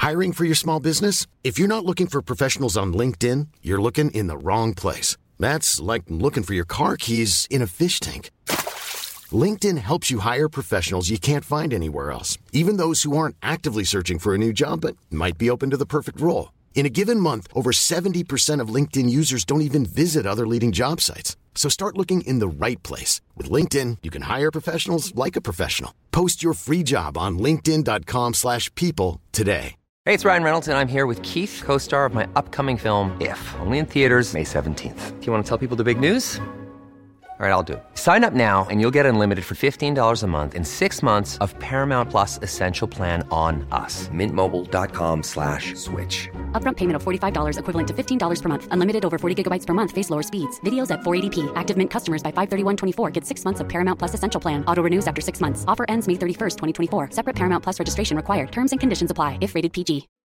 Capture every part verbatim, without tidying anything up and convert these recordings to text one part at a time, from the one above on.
Hiring for your small business? If you're not looking for professionals on LinkedIn, you're looking in the wrong place. That's like looking for your car keys in a fish tank. LinkedIn helps you hire professionals you can't find anywhere else, even those who aren't actively searching for a new job but might be open to the perfect role. In a given month, over seventy percent of LinkedIn users don't even visit other leading job sites. So start looking in the right place. With LinkedIn, you can hire professionals like a professional. Post your free job on linkedin.com slash people today. Hey, it's Ryan Reynolds, and I'm here with Keith, co-star of my upcoming film, If, only in theaters May seventeenth. Do you want to tell people the big news? All right, I'll do it. Sign up now and you'll get unlimited for fifteen dollars a month and six months of Paramount Plus Essential Plan on us. Mint Mobile dot com slash switch. Upfront payment of forty-five dollars equivalent to fifteen dollars per month. Unlimited over forty gigabytes per month. Face lower speeds. Videos at four eighty p. Active Mint customers by five thirty-one twenty-four get six months of Paramount Plus Essential Plan. Auto renews after six months. Offer ends May thirty-first, twenty twenty-four. Separate Paramount Plus registration required. Terms and conditions apply if rated P G.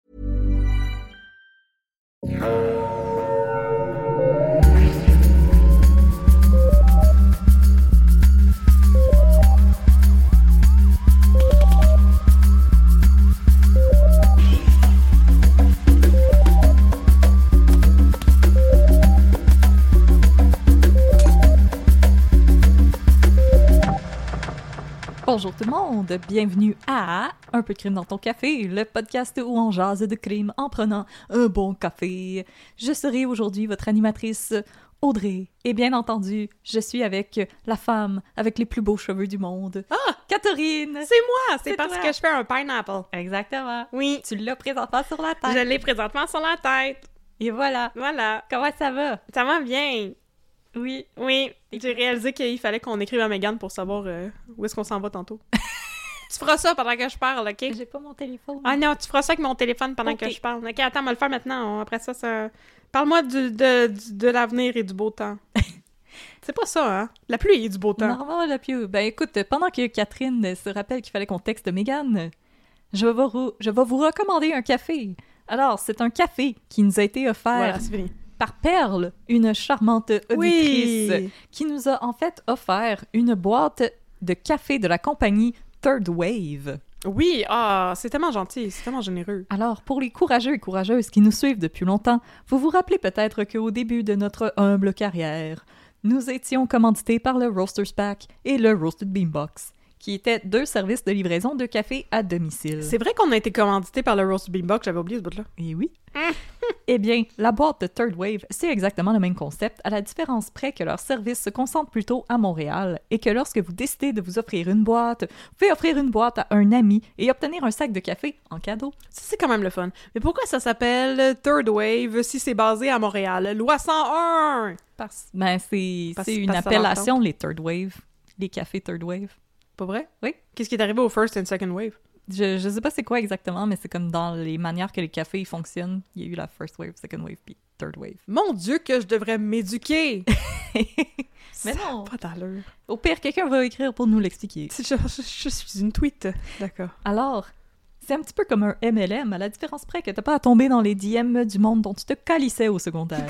Bonjour tout le monde, bienvenue à Un peu de crime dans ton café, le podcast où on jase de crime en prenant un bon café. Je serai aujourd'hui votre animatrice Audrey, et bien entendu, je suis avec la femme avec les plus beaux cheveux du monde. Ah! Catherine! C'est moi! C'est, C'est parce toi. que je fais un pineapple. Exactement. Oui. Tu l'as présentement sur la tête. Je l'ai présentement sur la tête. Et voilà. Voilà. Comment ça va? Ça va bien. Oui. Oui. J'ai réalisé qu'il fallait qu'on écrive à Mégane pour savoir euh, où est-ce qu'on s'en va tantôt. Tu feras ça pendant que je parle, OK? J'ai pas mon téléphone. Ah non, tu feras ça avec mon téléphone pendant OK. que je parle. OK, attends, on va le faire maintenant. Après ça, ça... Parle-moi du, de, du- de l'avenir et du beau temps. C'est pas ça, hein? La pluie et du beau temps. Normal, la pieu. Ben écoute, pendant que Catherine se rappelle qu'il fallait qu'on texte Mégane, je vais, vous, je vais vous recommander un café. Alors, c'est un café qui nous a été offert Voilà, c'est fini. par Perle, une charmante auditrice, Oui! qui nous a en fait offert une boîte de café de la compagnie Third Wave. Oui, ah, c'est tellement gentil, c'est tellement généreux. Alors, pour les courageux et courageuses qui nous suivent depuis longtemps, vous vous rappelez peut-être qu'au début de notre humble carrière, nous étions commandités par le Roasters Pack et le Roasted Beanbox, qui étaient deux services de livraison de café à domicile. C'est vrai qu'on a été commandité par le Roast Beanbox, j'avais oublié ce bout-là. Et oui. Eh bien, la boîte de Third Wave, c'est exactement le même concept, à la différence près que leur service se concentre plutôt à Montréal et que lorsque vous décidez de vous offrir une boîte, vous pouvez offrir une boîte à un ami et obtenir un sac de café en cadeau. Ça, c'est quand même le fun. Mais pourquoi ça s'appelle Third Wave si c'est basé à Montréal? Loi cent un! Parce, ben, c'est, Parce- c'est une parce que ça appellation, les Third Wave, les cafés Third Wave. Pas vrai? Oui. Qu'est-ce qui est arrivé au First and Second Wave? Je, je sais pas c'est quoi exactement, mais c'est comme dans les manières que les cafés fonctionnent. Il y a eu la First Wave, Second Wave, puis Third Wave. Mon Dieu, que je devrais m'éduquer! Mais Ça non. a pas d'allure. Au pire, quelqu'un va écrire pour nous l'expliquer. Je, je- je suis une tweet. D'accord. Alors, c'est un petit peu comme un M L M, à la différence près que t'as pas à tomber dans les D M du monde dont tu te calissais au secondaire.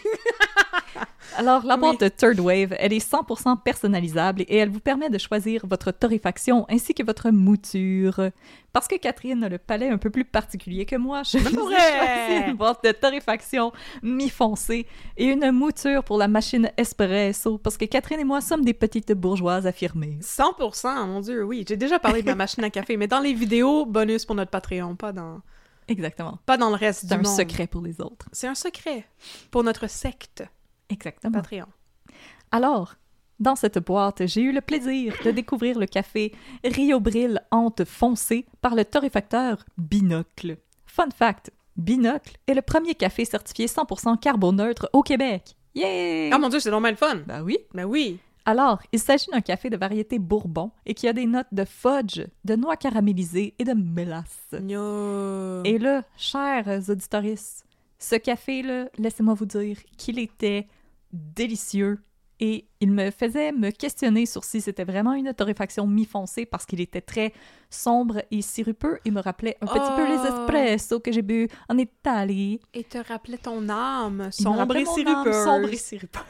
Alors, la boîte de Third Wave, elle est cent pour cent personnalisable et elle vous permet de choisir votre torréfaction ainsi que votre mouture. Parce que Catherine a le palais un peu plus particulier que moi, je vous ai vrai! choisi une boîte de torréfaction mi-foncée et une mouture pour la machine espresso parce que Catherine et moi sommes des petites bourgeoises affirmées. cent pour cent, mon Dieu, oui. J'ai déjà parlé de ma machine à café, mais dans les vidéos, bonus pour notre Patreon, pas dans, Exactement. pas dans le reste C'est du un monde. secret pour les autres. C'est un secret pour notre secte Exactement. Patreon. Alors, dans cette boîte, j'ai eu le plaisir de découvrir le café Rio Bril Ante foncé par le torréfacteur Binocle. Fun fact, Binocle est le premier café certifié cent pour cent carboneutre au Québec. Yay! Ah mon Dieu, c'est normal le fun! Ben oui. Ben oui! Alors, il s'agit d'un café de variété bourbon et qui a des notes de fudge, de noix caramélisées et de mélasse. No. Et là, chers auditoristes, ce café-là, laissez-moi vous dire qu'il était délicieux et il me faisait me questionner sur si c'était vraiment une torréfaction mi-foncée parce qu'il était très sombre et sirupeux et me rappelait un petit Oh. peu les espressos que j'ai bu en Italie. Et te rappelait ton âme, Il me sombre rappelait et mon âme sirupeuse. sombre et sirupeuse.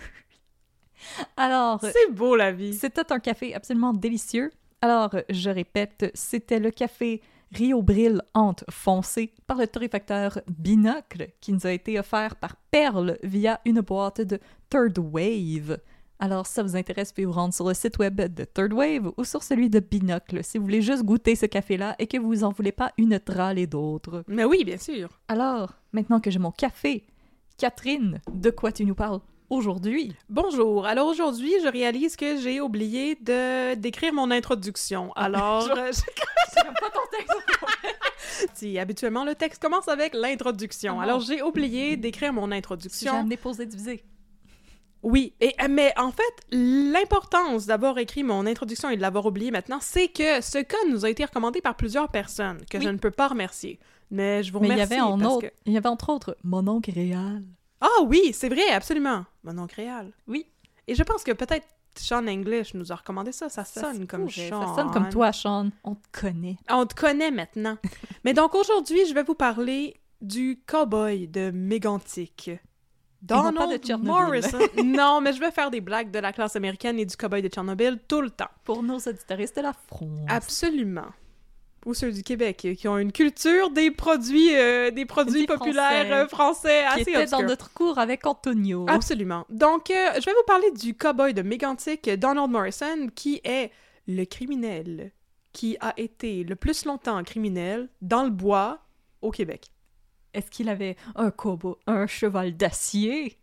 Alors, C'est beau la vie. c'était un café absolument délicieux. Alors, je répète, c'était le café Rio Bril Ante foncé par le torréfacteur Binocle qui nous a été offert par Perle via une boîte de Third Wave. Alors, si ça vous intéresse, vous pouvez vous rendre sur le site web de Third Wave ou sur celui de Binocle si vous voulez juste goûter ce café-là et que vous en voulez pas une tralée d'autres. Mais oui, bien sûr. Alors, maintenant que j'ai mon café, Catherine, de quoi tu nous parles aujourd'hui? Bonjour. Alors aujourd'hui, je réalise que j'ai oublié de d'écrire mon introduction. Alors, je... euh, je... J'aime pas ton texte. si, habituellement, le texte commence avec l'introduction. Ah. Alors, j'ai oublié d'écrire mon J'ai introduction. amené posé divisé. Oui, et, mais en fait, l'importance d'avoir écrit mon introduction et de l'avoir oublié maintenant, c'est que ce code nous a été recommandé par plusieurs personnes que Oui. je ne peux pas remercier. Mais je vous Mais il y remercie avait en parce autre, que... il y avait entre autres mon oncle réel. Ah oui, c'est vrai, absolument. Mon nom créal. Oui. Et je pense que peut-être Sean English nous a recommandé ça. Ça, Ça sonne se comme pourrait, Sean. Ça sonne comme toi, Sean. On te connaît. On te connaît maintenant. Mais donc aujourd'hui, je vais vous parler du cowboy de Mégantic. non pas Donald de Tchernobyl. Morrison. Non, mais je vais faire des blagues de la classe américaine et du cowboy de Tchernobyl tout le temps. Pour nos auditoristes de la France. Absolument. Ou ceux du Québec, euh, qui ont une culture des produits, euh, des produits Des populaires Français. euh, français Qui assez était obscurs. dans notre cours avec Antonio. Absolument. Donc, euh, je vais vous parler du cowboy de Mégantic, Donald Morrison, qui est le criminel qui a été le plus longtemps criminel dans le bois au Québec. Est-ce qu'il avait un cowboy, un cheval d'acier?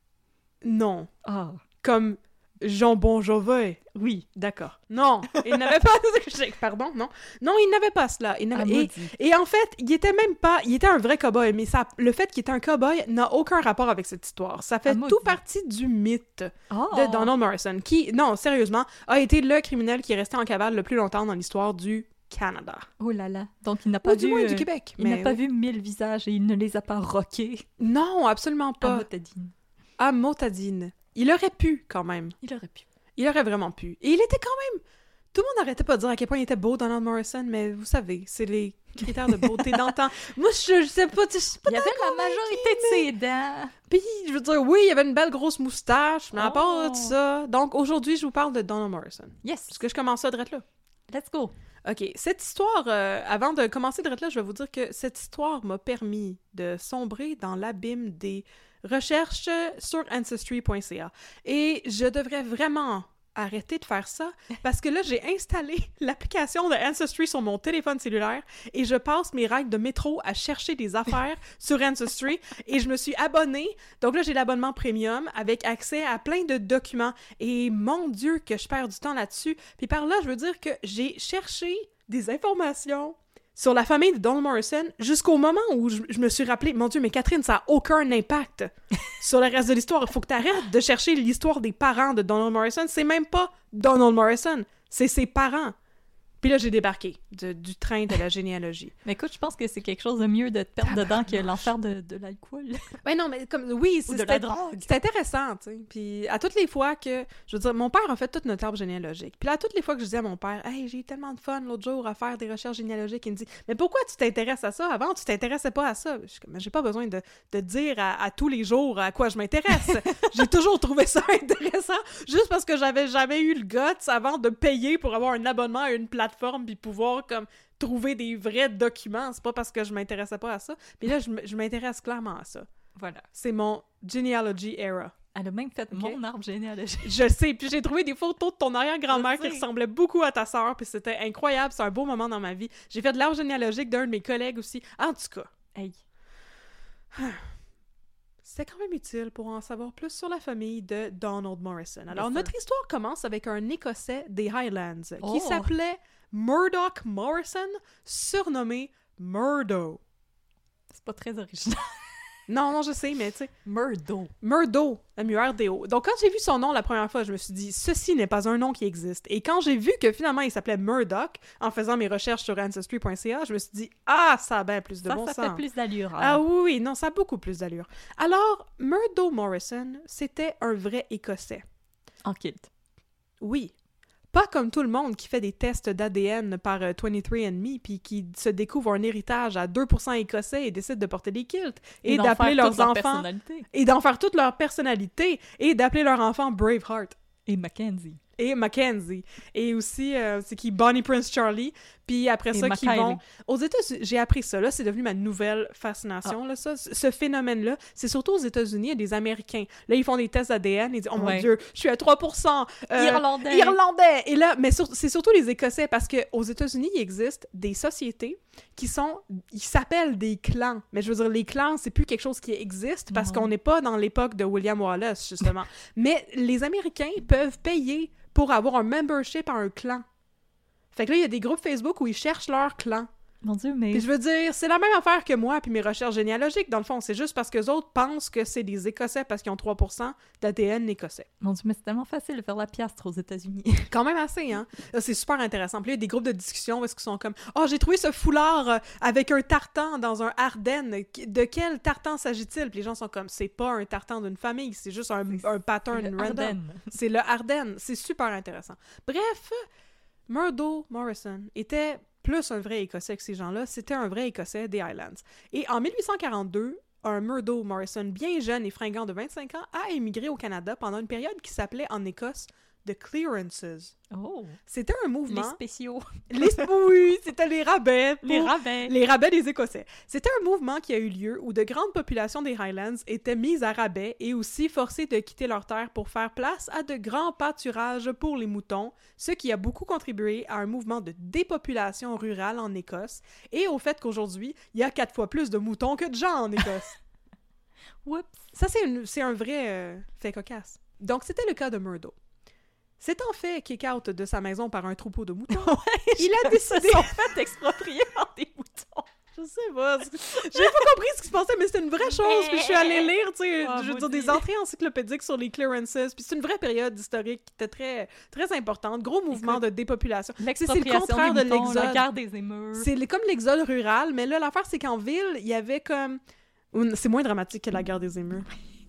Non. Ah, Comme Jean Bon Jovet. oui. D'accord. Non, il n'avait pas... Pardon, non. Non, il n'avait pas cela. Il n'avait... Ah, et, maudit. et en fait, il était même pas... Il était un vrai cow-boy, mais ça... le fait qu'il était un cow-boy n'a aucun rapport avec cette histoire. Ça fait Ah, tout maudit. partie du mythe Ah. de Donald Morrison, qui, non, sérieusement, a été le criminel qui est resté en cavale le plus longtemps dans l'histoire du Canada. Oh là là. Donc, il n'a pas Ou vu... du moins euh, du Québec. Il mais n'a pas oui. vu mille visages et il ne les a pas rockés Non, absolument à pas. motadine. À Motadine. Il aurait pu, quand même. Il aurait pu. Il aurait vraiment pu. Et il était quand même... Tout le monde n'arrêtait pas de dire à quel point il était beau, Donald Morrison, mais vous savez, c'est les critères de beauté d'antan. Moi, je, je sais pas... Je suis pas Il y avait la convaincue, majorité de ses dents. Puis, je veux dire, oui, il avait une belle grosse moustache, mais à part Oh. de ça... Donc, aujourd'hui, je vous parle de Donald Morrison. Yes. Parce que je commence ça direct là. Let's go. OK, cette histoire, euh, avant de commencer direct là, je vais vous dire que cette histoire m'a permis de sombrer dans l'abîme des recherches sur ancestry point c a. Et je devrais vraiment arrêter de faire ça parce que là, j'ai installé l'application de Ancestry sur mon téléphone cellulaire et je passe mes règles de métro à chercher des affaires sur Ancestry et je me suis abonnée. Donc là, j'ai l'abonnement premium avec accès à plein de documents et mon Dieu que je perds du temps là-dessus. Puis par là, je veux dire que j'ai cherché des informations sur la famille de Donald Morrison jusqu'au moment où je, je me suis rappelé, mon Dieu, mais Catherine, ça n'a aucun impact sur le reste de l'histoire. Il faut que tu arrêtes de chercher l'histoire des parents de Donald Morrison. C'est même pas Donald Morrison, c'est ses parents. Puis là, j'ai débarqué de- du train de la généalogie. Mais écoute, je pense que c'est quelque chose de mieux de te perdre dedans que l'enfer de, de l'alcool. Ben non, mais comme, oui, Ou de c'est la drogue. c'est intéressant, tu sais. Puis à toutes les fois que, je veux dire, mon père a fait toute notre arbre généalogique. Puis là, à toutes les fois que je disais à mon père, « Hey, j'ai eu tellement de fun l'autre jour à faire des recherches généalogiques », il me dit, « Mais pourquoi tu t'intéresses à ça? Avant, tu t'intéressais pas à ça. » Je suis comme, « J'ai pas besoin de, de dire à, à tous les jours à quoi je m'intéresse. J'ai toujours trouvé ça intéressant, juste parce que j'avais jamais eu le guts avant de payer pour avoir un abonnement à une plateforme puis pouvoir, comme, trouver des vrais documents. C'est pas parce que je m'intéressais pas à ça. Puis là, je m- je m'intéresse clairement à ça. Voilà. C'est mon genealogy era. Elle a même fait Ok. mon arbre généalogique. Je le sais, puis j'ai trouvé des photos de ton arrière-grand-mère Je qui sais. ressemblaient beaucoup à ta sœur, puis c'était incroyable, c'est un beau moment dans ma vie. J'ai fait de l'arbre généalogique d'un de mes collègues aussi. En tout cas, Hey. c'était quand même utile pour en savoir plus sur la famille de Donald Morrison. Alors, Yes, notre sir. histoire commence avec un Écossais des Highlands Oh. qui s'appelait Murdoch Morrison, surnommé Murdo. C'est pas très original. Non, non, je sais, mais tu sais, Murdo. Murdo, M U R D O. Donc, quand j'ai vu son nom la première fois, je me suis dit, ceci n'est pas un nom qui existe. Et quand j'ai vu que finalement il s'appelait Murdoch, en faisant mes recherches sur ancestry point c a, je me suis dit, ah, ça a bien plus de Ça, bon ça sens. fait plus d'allure. hein. Ah oui, oui, non, ça a beaucoup plus d'allure. Alors, Murdo Morrison, c'était un vrai Écossais. En kilt. Oui. Pas comme tout le monde qui fait des tests d'A D N par euh, vingt-trois and me puis qui se découvre un héritage à deux pour cent écossais et décide de porter des kilts et, d'en d'appeler faire leurs toute leur enfants personnalité. et d'en faire toute leur personnalité et d'appeler leur enfant Braveheart. Et Mackenzie. et Mackenzie. Et aussi, euh, c'est qui? Bonnie Prince Charlie. Puis après et ça, Macaulay. qui vont... Aux États-Unis, j'ai appris ça, là, c'est devenu ma nouvelle fascination, ah. là, ça. Ce phénomène-là, c'est surtout aux États-Unis, il y a des Américains. Là, ils font des tests d'A D N, ils disent « Oh mon ouais. Dieu, je suis à trois pour cent! Euh, Irlandais! Irlandais! » Et là, mais sur... c'est surtout les Écossais, parce qu'aux États-Unis, il existe des sociétés qui sont... Ils s'appellent des clans. Mais je veux dire, les clans, c'est plus quelque chose qui existe, parce non. qu'on n'est pas dans l'époque de William Wallace, justement. Mais les Américains peuvent payer pour avoir un membership à un clan. Fait que là, il y a des groupes Facebook où ils cherchent leur clan. Mon Dieu, mais... Puis je veux dire, c'est la même affaire que moi puis mes recherches généalogiques, dans le fond. C'est juste parce que les autres pensent que c'est des Écossais parce qu'ils ont trois pour cent d'A D N écossais. Mon Dieu, mais c'est tellement facile de faire la piastre aux États-Unis. Quand même assez, hein? Là, c'est super intéressant. Puis là, il y a des groupes de discussion où est-ce qu'ils sont comme « Oh, j'ai trouvé ce foulard euh, avec un tartan dans un Ardennes. De quel tartan s'agit-il? » Puis les gens sont comme « C'est pas un tartan d'une famille, c'est juste un, un pattern Le random. Ardennes. » C'est le Ardennes. C'est super intéressant. Bref, Murdo Morrison était plus un vrai Écossais que ces gens-là. C'était un vrai Écossais des Highlands. Et en dix-huit cent quarante-deux, un Murdo Morrison bien jeune et fringant de vingt-cinq ans a émigré au Canada pendant une période qui s'appelait en Écosse The Clearances. Oh! C'était un mouvement... Les spéciaux. Les... Oui, c'était les rabais. Pour... Les rabais. Les rabais des Écossais. C'était un mouvement qui a eu lieu où de grandes populations des Highlands étaient mises à rabais et aussi forcées de quitter leurs terres pour faire place à de grands pâturages pour les moutons, ce qui a beaucoup contribué à un mouvement de dépopulation rurale en Écosse et au fait qu'aujourd'hui, il y a quatre fois plus de moutons que de gens en Écosse. Oups! Ça, c'est, une... c'est un vrai euh, fait cocasse. Donc, c'était le cas de Murdo. S'étant fait kick-out de sa maison par un troupeau de moutons, Ouais, il a décidé... Ils se sont fait exproprier par des moutons. Je sais pas. J'ai pas compris ce qui se passait, mais c'était une vraie chose. Puis je suis allée lire, tu sais, Oh, je veux dire, maudit. des entrées encyclopédiques sur les clearances. Puis c'est une vraie période historique qui était très, très importante. Gros mouvement Écoute, de dépopulation. C'est, c'est le L'expropriation contraire des de moutons, la l'exode. guerre des émeurs. C'est le- comme l'exode rural, mais là, l'affaire, c'est qu'en ville, il y avait comme... C'est moins dramatique que la guerre des émeurs.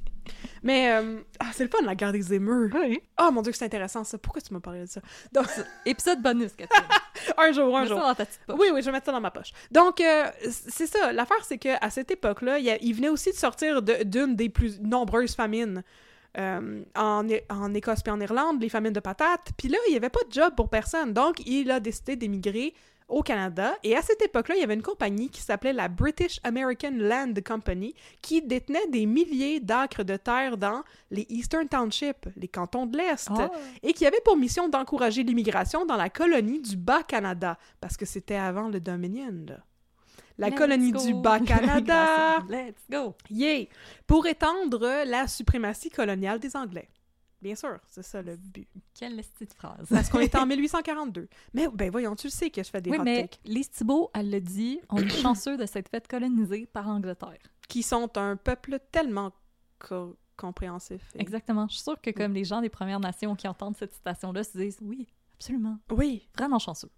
Mais, euh, ah, c'est le fun, la guerre des émeurs. Oui. Oh mon Dieu, que c'est intéressant, ça. Pourquoi tu m'as parlé de ça? Donc, Épisode bonus, Catherine. un jour, un Mets jour. ça dans ta petite poche. Oui, oui, je vais mettre ça dans ma poche. Donc, euh, c'est ça. L'affaire, c'est qu'à cette époque-là, il, y a- il venait aussi de sortir de- d'une des plus nombreuses famines euh, en, É- en Écosse puis en Irlande, les famines de patates. Puis là, il n'y avait pas de job pour personne. Donc, il a décidé d'émigrer au Canada. Et à cette époque-là, il y avait une compagnie qui s'appelait la British American Land Company qui détenait des milliers d'acres de terre dans les Eastern Townships, les cantons de l'Est, Oh. et qui avait pour mission d'encourager l'immigration dans la colonie du Bas-Canada, parce que c'était avant le Dominion, là. La Let's colonie go. du Bas-Canada! Let's go! Yeah! Pour étendre la suprématie coloniale des Anglais. Bien sûr, c'est ça le but. Quelle petite phrase. Parce qu'on était en dix-huit cent quarante-deux. Mais ben voyons, tu le sais que je fais des Oui, hot mais takes. Lise Thibault, elle l'a dit, on est chanceux de s'être fait coloniser par Angleterre. Qui sont un peuple tellement co- compréhensif. et- Exactement. Je suis sûre que comme les gens des Premières Nations qui entendent cette citation-là se disent « Oui, absolument. Oui. Vraiment chanceux.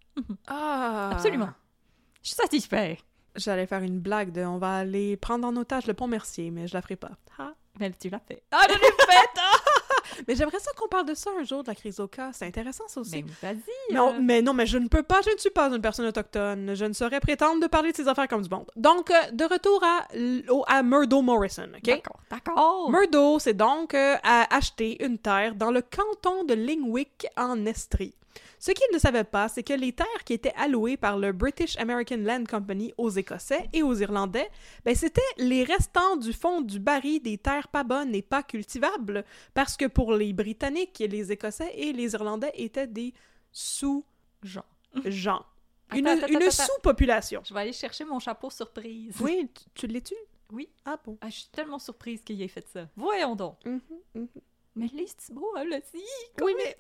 Ah! Absolument. Je suis satisfait. » J'allais faire une blague de « on va aller prendre en otage le pont Mercier », mais je la ferai pas. Ah! Mais tu l'as fait. Ah, je l'ai faite! Ah! Mais j'aimerais ça qu'on parle de ça un jour, de la crise au cas. C'est intéressant, ça aussi. Mais vas-y. Non, euh. mais non, mais je ne peux pas, je ne suis pas une personne autochtone. Je ne saurais prétendre de parler de ces affaires comme du monde. Donc, euh, de retour à, l- au- à Murdo Morrison, OK? D'accord, d'accord. Murdo, c'est donc euh, à acheter une terre dans le canton de Lingwick en Estrie. Ce qu'il ne savait pas, c'est que les terres qui étaient allouées par le British American Land Company aux Écossais et aux Irlandais, ben c'était les restants du fond du baril des terres pas bonnes et pas cultivables, parce que pour les Britanniques, les Écossais et les Irlandais étaient des sous-gens. Jean. Une, Attends, attends, une attends. sous-population. Je vais aller chercher mon chapeau surprise. Oui, tu, tu l'es-tu? Oui. Ah bon. Ah, je suis tellement surprise qu'il ait fait ça. Voyons donc. Mhm, mhm. Mais Lise Thibault, elle a dit. Oui, mais...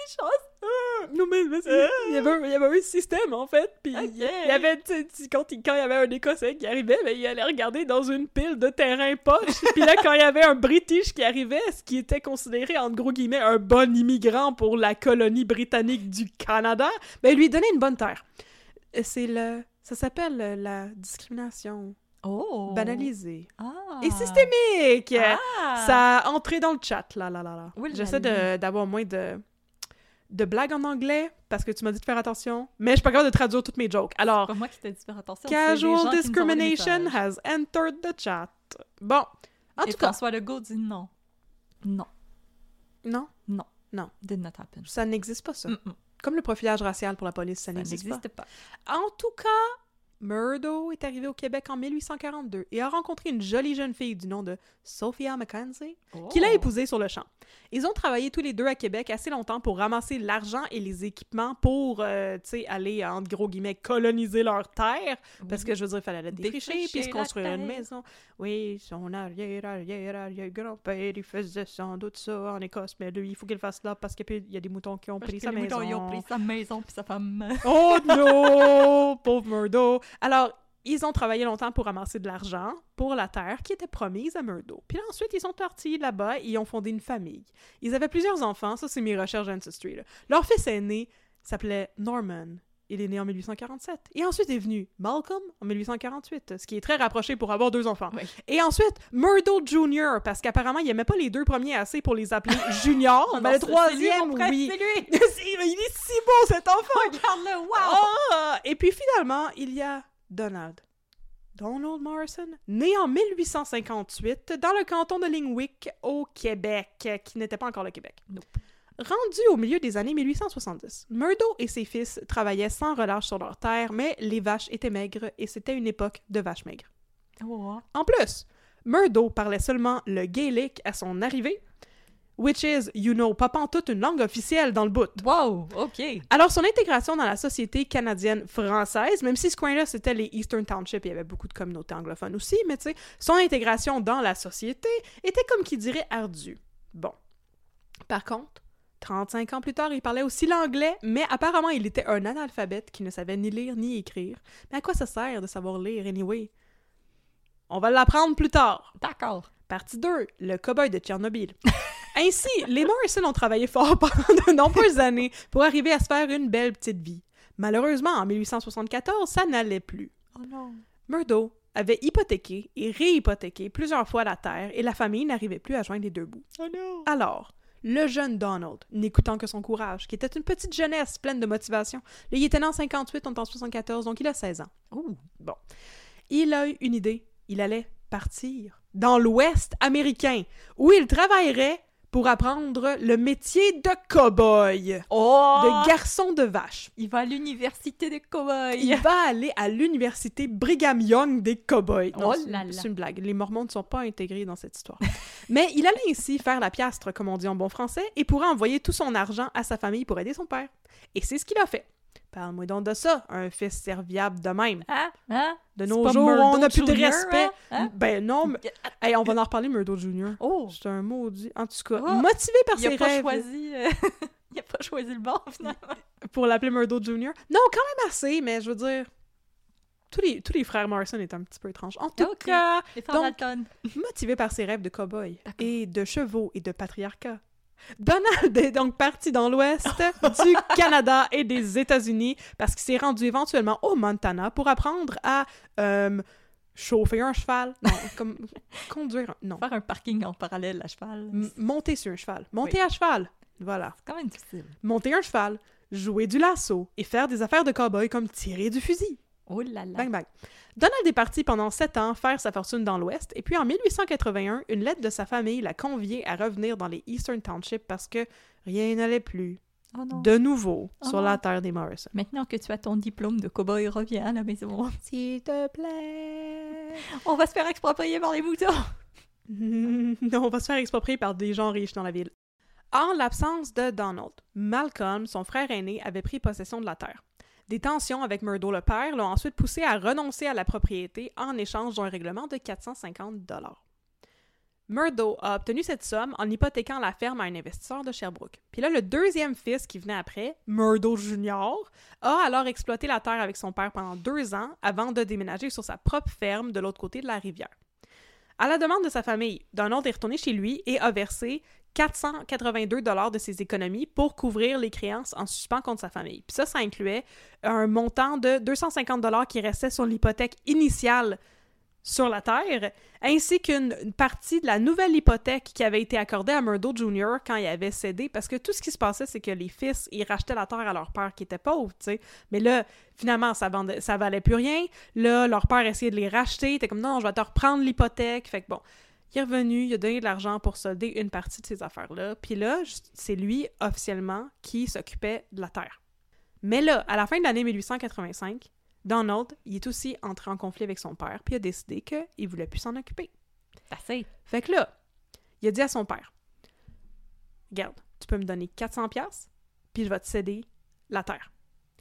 Non, mais, mais c'est- il, y avait un, il y avait un système, en fait, puis Ok. il y avait, tu sais, tu- quand, il, quand il y avait un Écossais qui arrivait, ben, il allait regarder dans une pile de terrain poche, puis là, quand il y avait un British qui arrivait, ce qui était considéré, entre gros guillemets, un bon immigrant pour la colonie britannique du Canada, ben, il lui donnait une bonne terre. C'est le... Ça s'appelle euh, la discrimination Oh. banalisée. Ah. Et systémique! Ah. Ça a entré dans le chat, là, là, là, là. Oui, J'essaie là, de- d'avoir moins de, de blagues en anglais, parce que tu m'as dit de faire attention, mais je suis pas capable de traduire toutes mes jokes. Alors, C'est pas moi qui t'ai dit de faire attention. c'est les gens casual qui nous envoient des discrimination messages. has entered the chat. Bon, en Et tout cas, François Legault dit non. Non. non? Non. Non. Did not happen. Ça n'existe pas, ça. Mm-mm. Comme le profilage racial pour la police, ça, Ça n'existe pas. n'existe pas. En tout cas, Murdo est arrivé au Québec en mille huit cent quarante-deux et a rencontré une jolie jeune fille du nom de Sophia Mackenzie, Oh. qu'il a épousée sur le champ. Ils ont travaillé tous les deux à Québec assez longtemps pour ramasser l'argent et les équipements pour, euh, tu sais, aller, entre gros guillemets, coloniser leur terre. Parce que, je veux dire, il fallait la défricher Défricher puis se la construire une terre. maison. Oui, son arrière, arrière, arrière, grand-père, il faisait sans doute ça en Écosse, mais lui, il faut qu'il le fasse là parce qu'il y a des moutons qui ont Parce pris que sa les maison. moutons, ils ont pris sa maison puis sa femme. Oh non! Pauvre Murdo! Alors, ils ont travaillé longtemps pour ramasser de l'argent pour la terre qui était promise à Murdo. Puis là, ensuite, ils sont partis là-bas et ils ont fondé une famille. Ils avaient plusieurs enfants, ça c'est mes recherches d'Ancestry. Là. Leur fils aîné s'appelait Norman. Il est né en mille huit cent quarante-sept. Et ensuite est venu Malcolm en mille huit cent quarante-huit, ce qui est très rapproché pour avoir deux enfants. Oui. Et ensuite, Murdo Junior, parce qu'apparemment, il aimait pas les deux premiers assez pour les appeler Junior. Oh mais non, le c'est- troisième, c'est lui, mon oui. frère, c'est lui. C'est- il est si beau, cet enfant! Regarde-le, wow! Ah! Et puis finalement, il y a Donald. Donald Morrison, né en mille huit cent cinquante-huit dans le canton de Lingwick, au Québec, qui n'était pas encore le Québec. Nope. Rendu au milieu des années mille huit cent soixante-dix, Murdo et ses fils travaillaient sans relâche sur leur terre, mais les vaches étaient maigres et c'était une époque de vaches maigres. Oh. En plus, Murdo parlait seulement le gaélique à son arrivée, which is, you know, pas pantoute une langue officielle dans le bout. Wow, OK. Alors, son intégration dans la société canadienne-française, même si ce coin-là, c'était les Eastern Township, il y avait beaucoup de communautés anglophones aussi, mais tu sais, son intégration dans la société était, comme qui dirait, ardue. Bon. Par contre, trente-cinq ans plus tard, il parlait aussi l'anglais, mais apparemment, il était un analphabète qui ne savait ni lire ni écrire. Mais à quoi ça sert de savoir lire, anyway? On va l'apprendre plus tard. D'accord. Partie deux, le cow-boy de Tchernobyl. Ainsi, les Morrison ont travaillé fort pendant de nombreuses années pour arriver à se faire une belle petite vie. Malheureusement, en mille huit cent soixante-quatorze, ça n'allait plus. Oh non. Murdo avait hypothéqué et réhypothéqué plusieurs fois la terre et la famille n'arrivait plus à joindre les deux bouts. Oh non. Alors, le jeune Donald, n'écoutant que son courage, qui était une petite jeunesse pleine de motivation, là, il était né en cinquante-huit, on est en soixante-quatorze, donc il a seize ans. Oh. Bon. Il a eu une idée. Il allait partir dans l'Ouest américain, où il travaillerait pour apprendre le métier de cow-boy, Oh! de garçon de vache. Il va à l'université des cow-boys. Il va aller à l'université Brigham Young des cow-boys. Non, Oh c'est- là là. c'est une blague. Les Mormons ne sont pas intégrés dans cette histoire. Mais il allait ainsi faire la piastre, comme on dit en bon français, et pourrait envoyer tout son argent à sa famille pour aider son père. Et c'est ce qu'il a fait. Parle-moi donc de ça, un fils serviable de même. Hein? Hein? De C'est nos pas jours, Murdo on n'a plus de Junior, respect. hein? Hein? Ben non, mais... Hey, on va en reparler, Murdo Junior Oh! C'est un maudit. En tout cas, Oh! motivé par Il a ses pas rêves... choisi... euh, il a pas choisi le bon, finalement. Pour l'appeler Murdo Junior Non, quand même assez, mais je veux dire... Tous les, tous les frères Morrison étaient un petit peu étranges. En tout Ok. cas, Les frères donc, Dalton. motivé par ses rêves de cow-boy D'accord. et de chevaux et de patriarcat, Donald est donc parti dans l'ouest du Canada et des États-Unis parce qu'il s'est rendu éventuellement au Montana pour apprendre à euh, chauffer un cheval, non, comme conduire, un- non, Faire un parking en parallèle à cheval. M- monter sur un cheval, monter Oui. à cheval, voilà, C'est quand même difficile. monter un cheval, jouer du lasso et faire des affaires de cow-boy comme tirer du fusil. Oh là là. Bang bang. Donald est parti pendant sept ans faire sa fortune dans l'Ouest, et puis en mille huit cent quatre-vingt-un, une lettre de sa famille l'a convié à revenir dans les Eastern Township parce que rien n'allait plus, Oh non. de nouveau, Oh sur non. la terre des Morrison. Maintenant que tu as ton diplôme de cow-boy, reviens à la maison. S'il te plaît. On va se faire exproprier par les moutons. Non, on va se faire exproprier par des gens riches dans la ville. En l'absence de Donald, Malcolm, son frère aîné, avait pris possession de la terre. Des tensions avec Murdo le père l'ont ensuite poussé à renoncer à la propriété en échange d'un règlement de quatre cent cinquante dollars. Murdo a obtenu cette somme en hypothéquant la ferme à un investisseur de Sherbrooke. Puis là, le deuxième fils qui venait après, Murdo Junior, a alors exploité la terre avec son père pendant deux ans avant de déménager sur sa propre ferme de l'autre côté de la rivière. À la demande de sa famille, Donald est retourné chez lui et a versé quatre cent quatre-vingt-deux dollars de ses économies pour couvrir les créances en suspens contre sa famille. Puis ça, ça incluait un montant de deux cent cinquante dollars qui restait sur l'hypothèque initiale sur la terre, ainsi qu'une une partie de la nouvelle hypothèque qui avait été accordée à Murdo Junior quand il avait cédé, parce que tout ce qui se passait, c'est que les fils, ils rachetaient la terre à leur père qui était pauvre, tu sais. Mais là, finalement, ça, vendait, ça valait plus rien. Là, leur père essayait de les racheter. Il était comme, non, je vais te reprendre l'hypothèque. Fait que bon, Il est revenu, il a donné de l'argent pour solder une partie de ces affaires-là. Puis là, c'est lui, officiellement, qui s'occupait de la terre. Mais là, à la fin de l'année mille huit cent quatre-vingt-cinq, Donald, il est aussi entré en conflit avec son père, puis il a décidé qu'il voulait plus s'en occuper. Assez. Fait que là, il a dit à son père, « Regarde, tu peux me donner quatre cents piastres, puis je vais te céder la terre.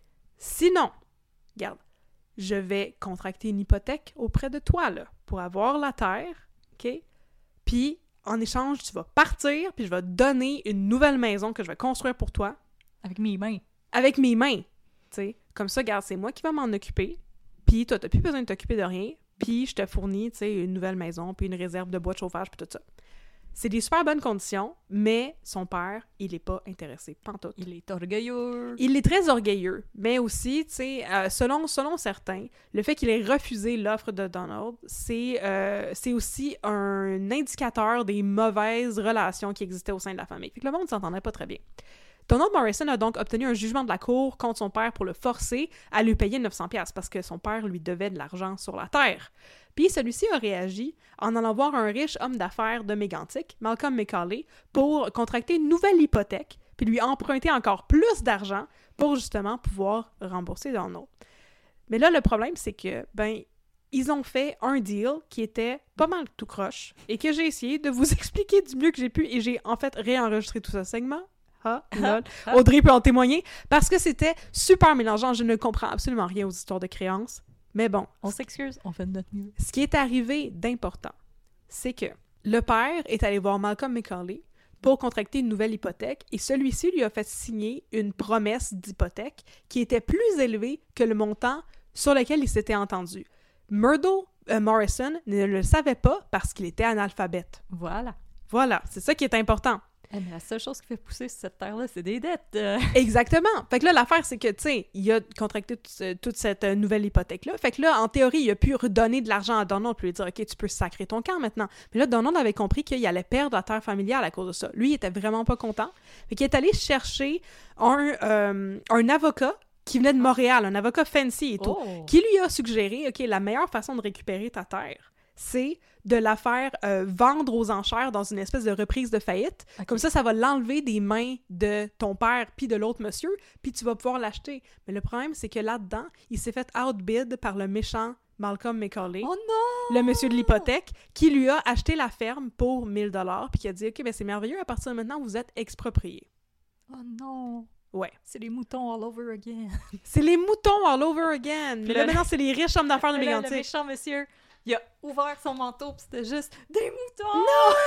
Sinon, regarde, je vais contracter une hypothèque auprès de toi, là, pour avoir la terre, OK? Puis, en échange, tu vas partir, puis je vais te donner une nouvelle maison que je vais construire pour toi. » Avec mes mains. Avec mes mains, tu sais. Comme ça, regarde, c'est moi qui vais m'en occuper, puis toi, t'as plus besoin de t'occuper de rien, puis je te fournis, tu sais, une nouvelle maison, puis une réserve de bois de chauffage, puis tout ça. C'est des super bonnes conditions, mais son père, il est pas intéressé, pantoute. Il est orgueilleux. Il est très orgueilleux, mais aussi, tu sais, euh, selon, selon certains, le fait qu'il ait refusé l'offre de Donald, c'est, euh, c'est aussi un indicateur des mauvaises relations qui existaient au sein de la famille. Fait que le monde ne s'entendait pas très bien. Donald Morrison a donc obtenu un jugement de la cour contre son père pour le forcer à lui payer neuf cents piastres parce que son père lui devait de l'argent sur la terre. Puis celui-ci a réagi en allant voir un riche homme d'affaires de Mégantic, Malcolm McCauley, pour contracter une nouvelle hypothèque puis lui emprunter encore plus d'argent pour justement pouvoir rembourser Donald. Mais là, le problème, c'est que, ben, ils ont fait un deal qui était pas mal tout croche et que j'ai essayé de vous expliquer du mieux que j'ai pu et j'ai en fait réenregistré tout ce segment. Ah, lol. Audrey peut en témoigner, parce que c'était super mélangeant. Je ne comprends absolument rien aux histoires de créances. Mais bon. On s'excuse, on fait de notre mieux. Ce qui est arrivé d'important, c'est que le père est allé voir Malcolm McCauley pour contracter une nouvelle hypothèque et celui-ci lui a fait signer une promesse d'hypothèque qui était plus élevée que le montant sur lequel il s'était entendu. Murdo euh, Morrison ne le savait pas parce qu'il était analphabète. Voilà. Voilà, c'est ça qui est important. Eh, mais la seule chose qui fait pousser sur cette terre-là, c'est des dettes. Euh... Exactement. Fait que là, l'affaire, c'est que, tu sais, il a contracté toute, toute cette euh, nouvelle hypothèque-là. Fait que là, en théorie, il a pu redonner de l'argent à Donald pour lui dire « OK, tu peux sacrer ton camp maintenant. » Mais là, Donald avait compris qu'il allait perdre la terre familiale à cause de ça. Lui, il était vraiment pas content. Fait qu'il est allé chercher un, euh, un avocat qui venait de Montréal, un avocat fancy et tout, Oh. qui lui a suggéré « OK, la meilleure façon de récupérer ta terre, c'est de la faire euh, vendre aux enchères dans une espèce de reprise de faillite. Okay. Comme ça, ça va l'enlever des mains de ton père puis de l'autre monsieur, puis tu vas pouvoir l'acheter. » Mais le problème, c'est que là-dedans, il s'est fait outbid par le méchant Malcolm McCauley, oh non! le monsieur de l'hypothèque, qui lui a acheté la ferme pour mille dollars, puis qui a dit « OK, ben c'est merveilleux, à partir de maintenant, vous êtes exproprié. » Oh non! Ouais. C'est les moutons all over again. C'est les moutons all over again! Mais là, maintenant, c'est les riches hommes d'affaires de Mégantic. Le méchant monsieur... Il a ouvert son manteau pis c'était juste des moutons!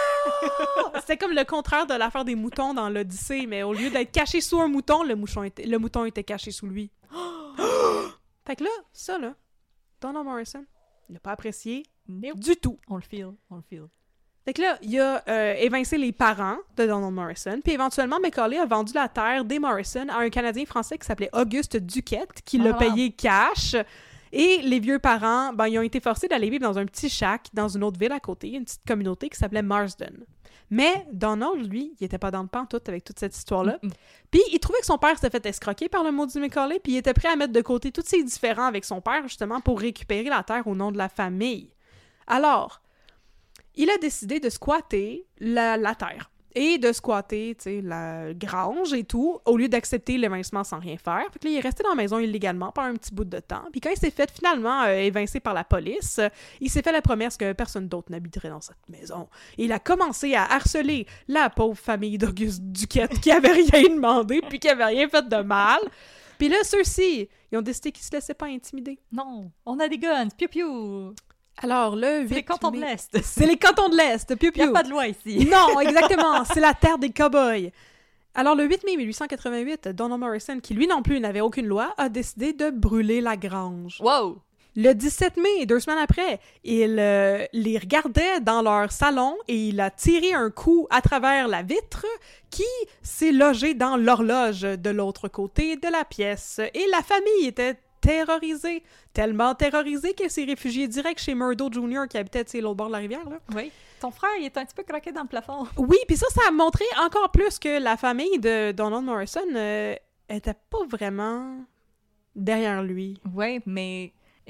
Non! C'était comme le contraire de l'affaire des moutons dans l'Odyssée, mais au lieu d'être caché sous un mouton, le, mouchon était, le mouton était caché sous lui. Fait que là, ça là, Donald Morrison, il l'a pas apprécié nope. Du tout. On le feel, on le feel. Fait que là, il a euh, évincé les parents de Donald Morrison, puis éventuellement, McCauley a vendu la terre des Morrison à un Canadien français qui s'appelait Auguste Duquette, qui l'a ah. payé cash. Et les vieux parents, ben, ils ont été forcés d'aller vivre dans un petit shack dans une autre ville à côté, une petite communauté qui s'appelait Marsden. Mais Donald, lui, il était pas dans le pantoute avec toute cette histoire-là. Mm-hmm. Puis il trouvait que son père s'était fait escroquer par le maudit McCauley, puis il était prêt à mettre de côté tous ses différends avec son père, justement, pour récupérer la terre au nom de la famille. Alors, il a décidé de squatter la, la terre. Et de squatter, tu sais, la grange et tout, au lieu d'accepter l'évincement sans rien faire. Fait que là, il est resté dans la maison illégalement pendant un petit bout de temps. Puis quand il s'est fait finalement euh, évincer par la police, euh, il s'est fait la promesse que personne d'autre n'habiterait dans cette maison. Et il a commencé à harceler la pauvre famille d'Auguste Duquette qui avait rien demandé puis qui avait rien fait de mal. Puis là, ceux-ci, ils ont décidé qu'ils se laissaient pas intimider. Non, on a des guns, piou-piou! Alors, le c'est les cantons de l'Est. C'est les cantons de l'Est, piou piou. Il n'y a pas de loi ici. Non, exactement. C'est la terre des cow-boys. Alors, le huit mai mille huit cent quatre-vingt-huit, Donald Morrison, qui lui non plus n'avait aucune loi, a décidé de brûler la grange. Wow! Le dix-sept mai, deux semaines après, il euh, les regardait dans leur salon et il a tiré un coup à travers la vitre qui s'est logé dans l'horloge de l'autre côté de la pièce. Et la famille était terrorisée, tellement terrorisée qu'elle s'est réfugiée direct chez Murdo junior qui habitait, tu sais, l'autre bord de la rivière, là. Oui. Ton frère, il est un petit peu croqué dans le plafond. Oui, puis ça, ça a montré encore plus que la famille de Donald Morrison euh, était pas vraiment derrière lui. Oui, mais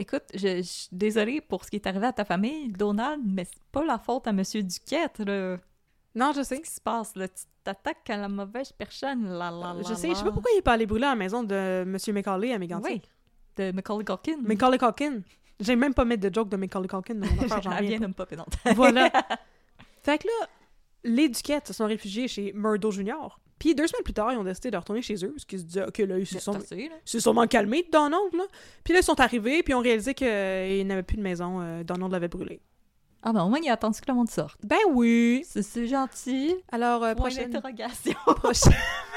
Écoute, je, je suis désolée pour ce qui est arrivé à ta famille, Donald, mais c'est pas la faute à Monsieur Duquette, là. Non, je sais. Qu'est-ce qui se passe, là? Tu t'attaques à la mauvaise personne, là, là, là, Je sais, là. je sais pas pourquoi il est pas allé brûler à la maison de M. McCauley à Mégantic. Oui, de Macaulay Culkin. Macaulay Culkin. J'aime même pas mettre de joke de Macaulay Culkin dans mon affaire, j'en Elle reviens vient pas. de me popper dans le temps. Voilà. Fait que là, les Duquette se sont réfugiés chez Murdo Junior Puis deux semaines plus tard, ils ont décidé de retourner chez eux, parce qu'ils se disaient, OK, là, ils se sont, C'est assez, là. ils se sont sûrement calmés, Donald, là. Puis là, ils sont arrivés, puis ils ont réalisé qu'ils euh, n'avaient plus de maison. Euh, Donald l'avait brûlé. Ah ben au moins, il a attendu que le monde sorte. Ben oui! C'est, c'est gentil. Alors, euh, Point prochaine... d'interrogation. prochaine...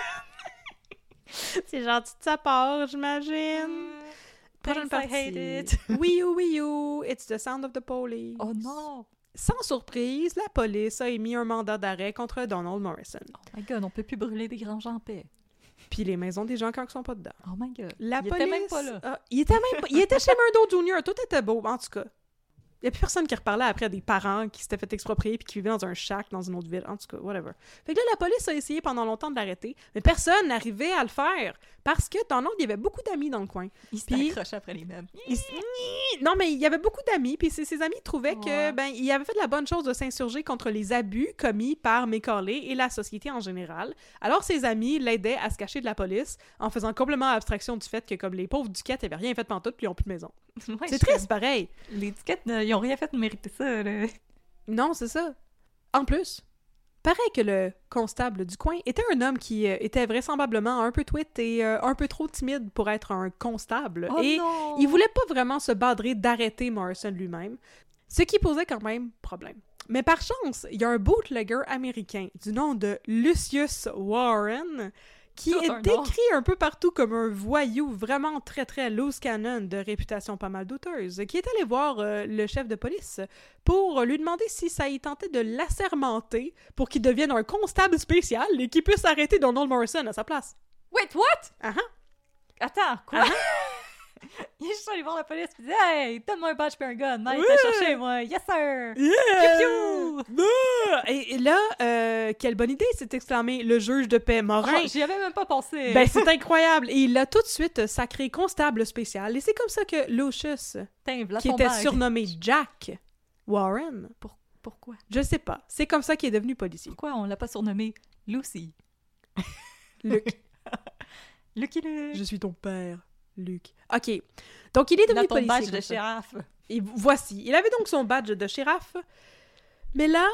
C'est gentil de sa part, j'imagine. Prochaine Thanks, I partie. hate it. Wii U, Wii U, it's the sound of the police. Oh non! Sans surprise, la police a émis un mandat d'arrêt contre Donald Morrison. Oh my god, on peut plus brûler des granges en paix. Puis les maisons des gens quand ils sont pas dedans. Oh my god. La il police... était même pas là. Ah, il était même pas... Il était chez Murdo Junior Tout était beau, en tout cas. Il y a plus personne qui reparlait après des parents qui s'étaient fait exproprier puis qui vivaient dans un shack dans une autre ville. En tout cas, whatever. Fait que là, la police a essayé pendant longtemps de l'arrêter, mais personne n'arrivait à le faire parce que Donald, il y avait beaucoup d'amis dans le coin. Il s'est Puis- accroché après les mêmes. Il s- Non, mais il y avait beaucoup d'amis, puis ses, ses amis trouvaient que Ouais. ben il avait fait la bonne chose de s'insurger contre les abus commis par Macaulay et la société en général. Alors ses amis l'aidaient à se cacher de la police en faisant complètement abstraction du fait que comme les pauvres Duquette n'avaient rien fait pantoute puis ils ont plus de maison. Ouais, C'est je- triste, pareil. Les étiquettes, euh, ils ont rien fait de mériter ça, là. Non, c'est ça. En plus, paraît que le constable du coin était un homme qui euh, était vraisemblablement un peu tweet et euh, un peu trop timide pour être un constable. Oh et non! il voulait pas vraiment se badrer d'arrêter Morrison lui-même, ce qui posait quand même problème. Mais par chance, il y a un bootlegger américain du nom de Lucius Warren qui Tout est un nom. décrit un peu partout comme un voyou vraiment très très loose cannon de réputation pas mal douteuse, qui est allé voir euh, le chef de police pour lui demander si ça y tentait de l'assermenter pour qu'il devienne un constable spécial et qu'il puisse arrêter Donald Morrison à sa place. Wait, what? Ah ah. Attends, quoi? Il est juste allé voir la police et dit « Hey, donne-moi un badge et un gun. Allez, Ouais. t'as cherché, moi. Yes, sir! Yeah! Piou, Ah! Et, et là, euh, quelle bonne idée, s'est exclamé le juge de paix Morin. Oh, j'y avais même pas pensé. Ben, c'est incroyable! Et il l'a tout de suite sacré constable spécial. Et c'est comme ça que Lucius, Tiens, v'là qui ton était badge. surnommé Jack Warren, Pour- Pourquoi? je sais pas, c'est comme ça qu'il est devenu policier. Pourquoi on l'a pas surnommé Lucy? Luc, Lucky Luke! je suis ton père, Luc. OK. Donc, il est Il a devenu ton policier. badge comme de ça. shérif. Et voici. Il avait donc son badge de shérif. Mais là,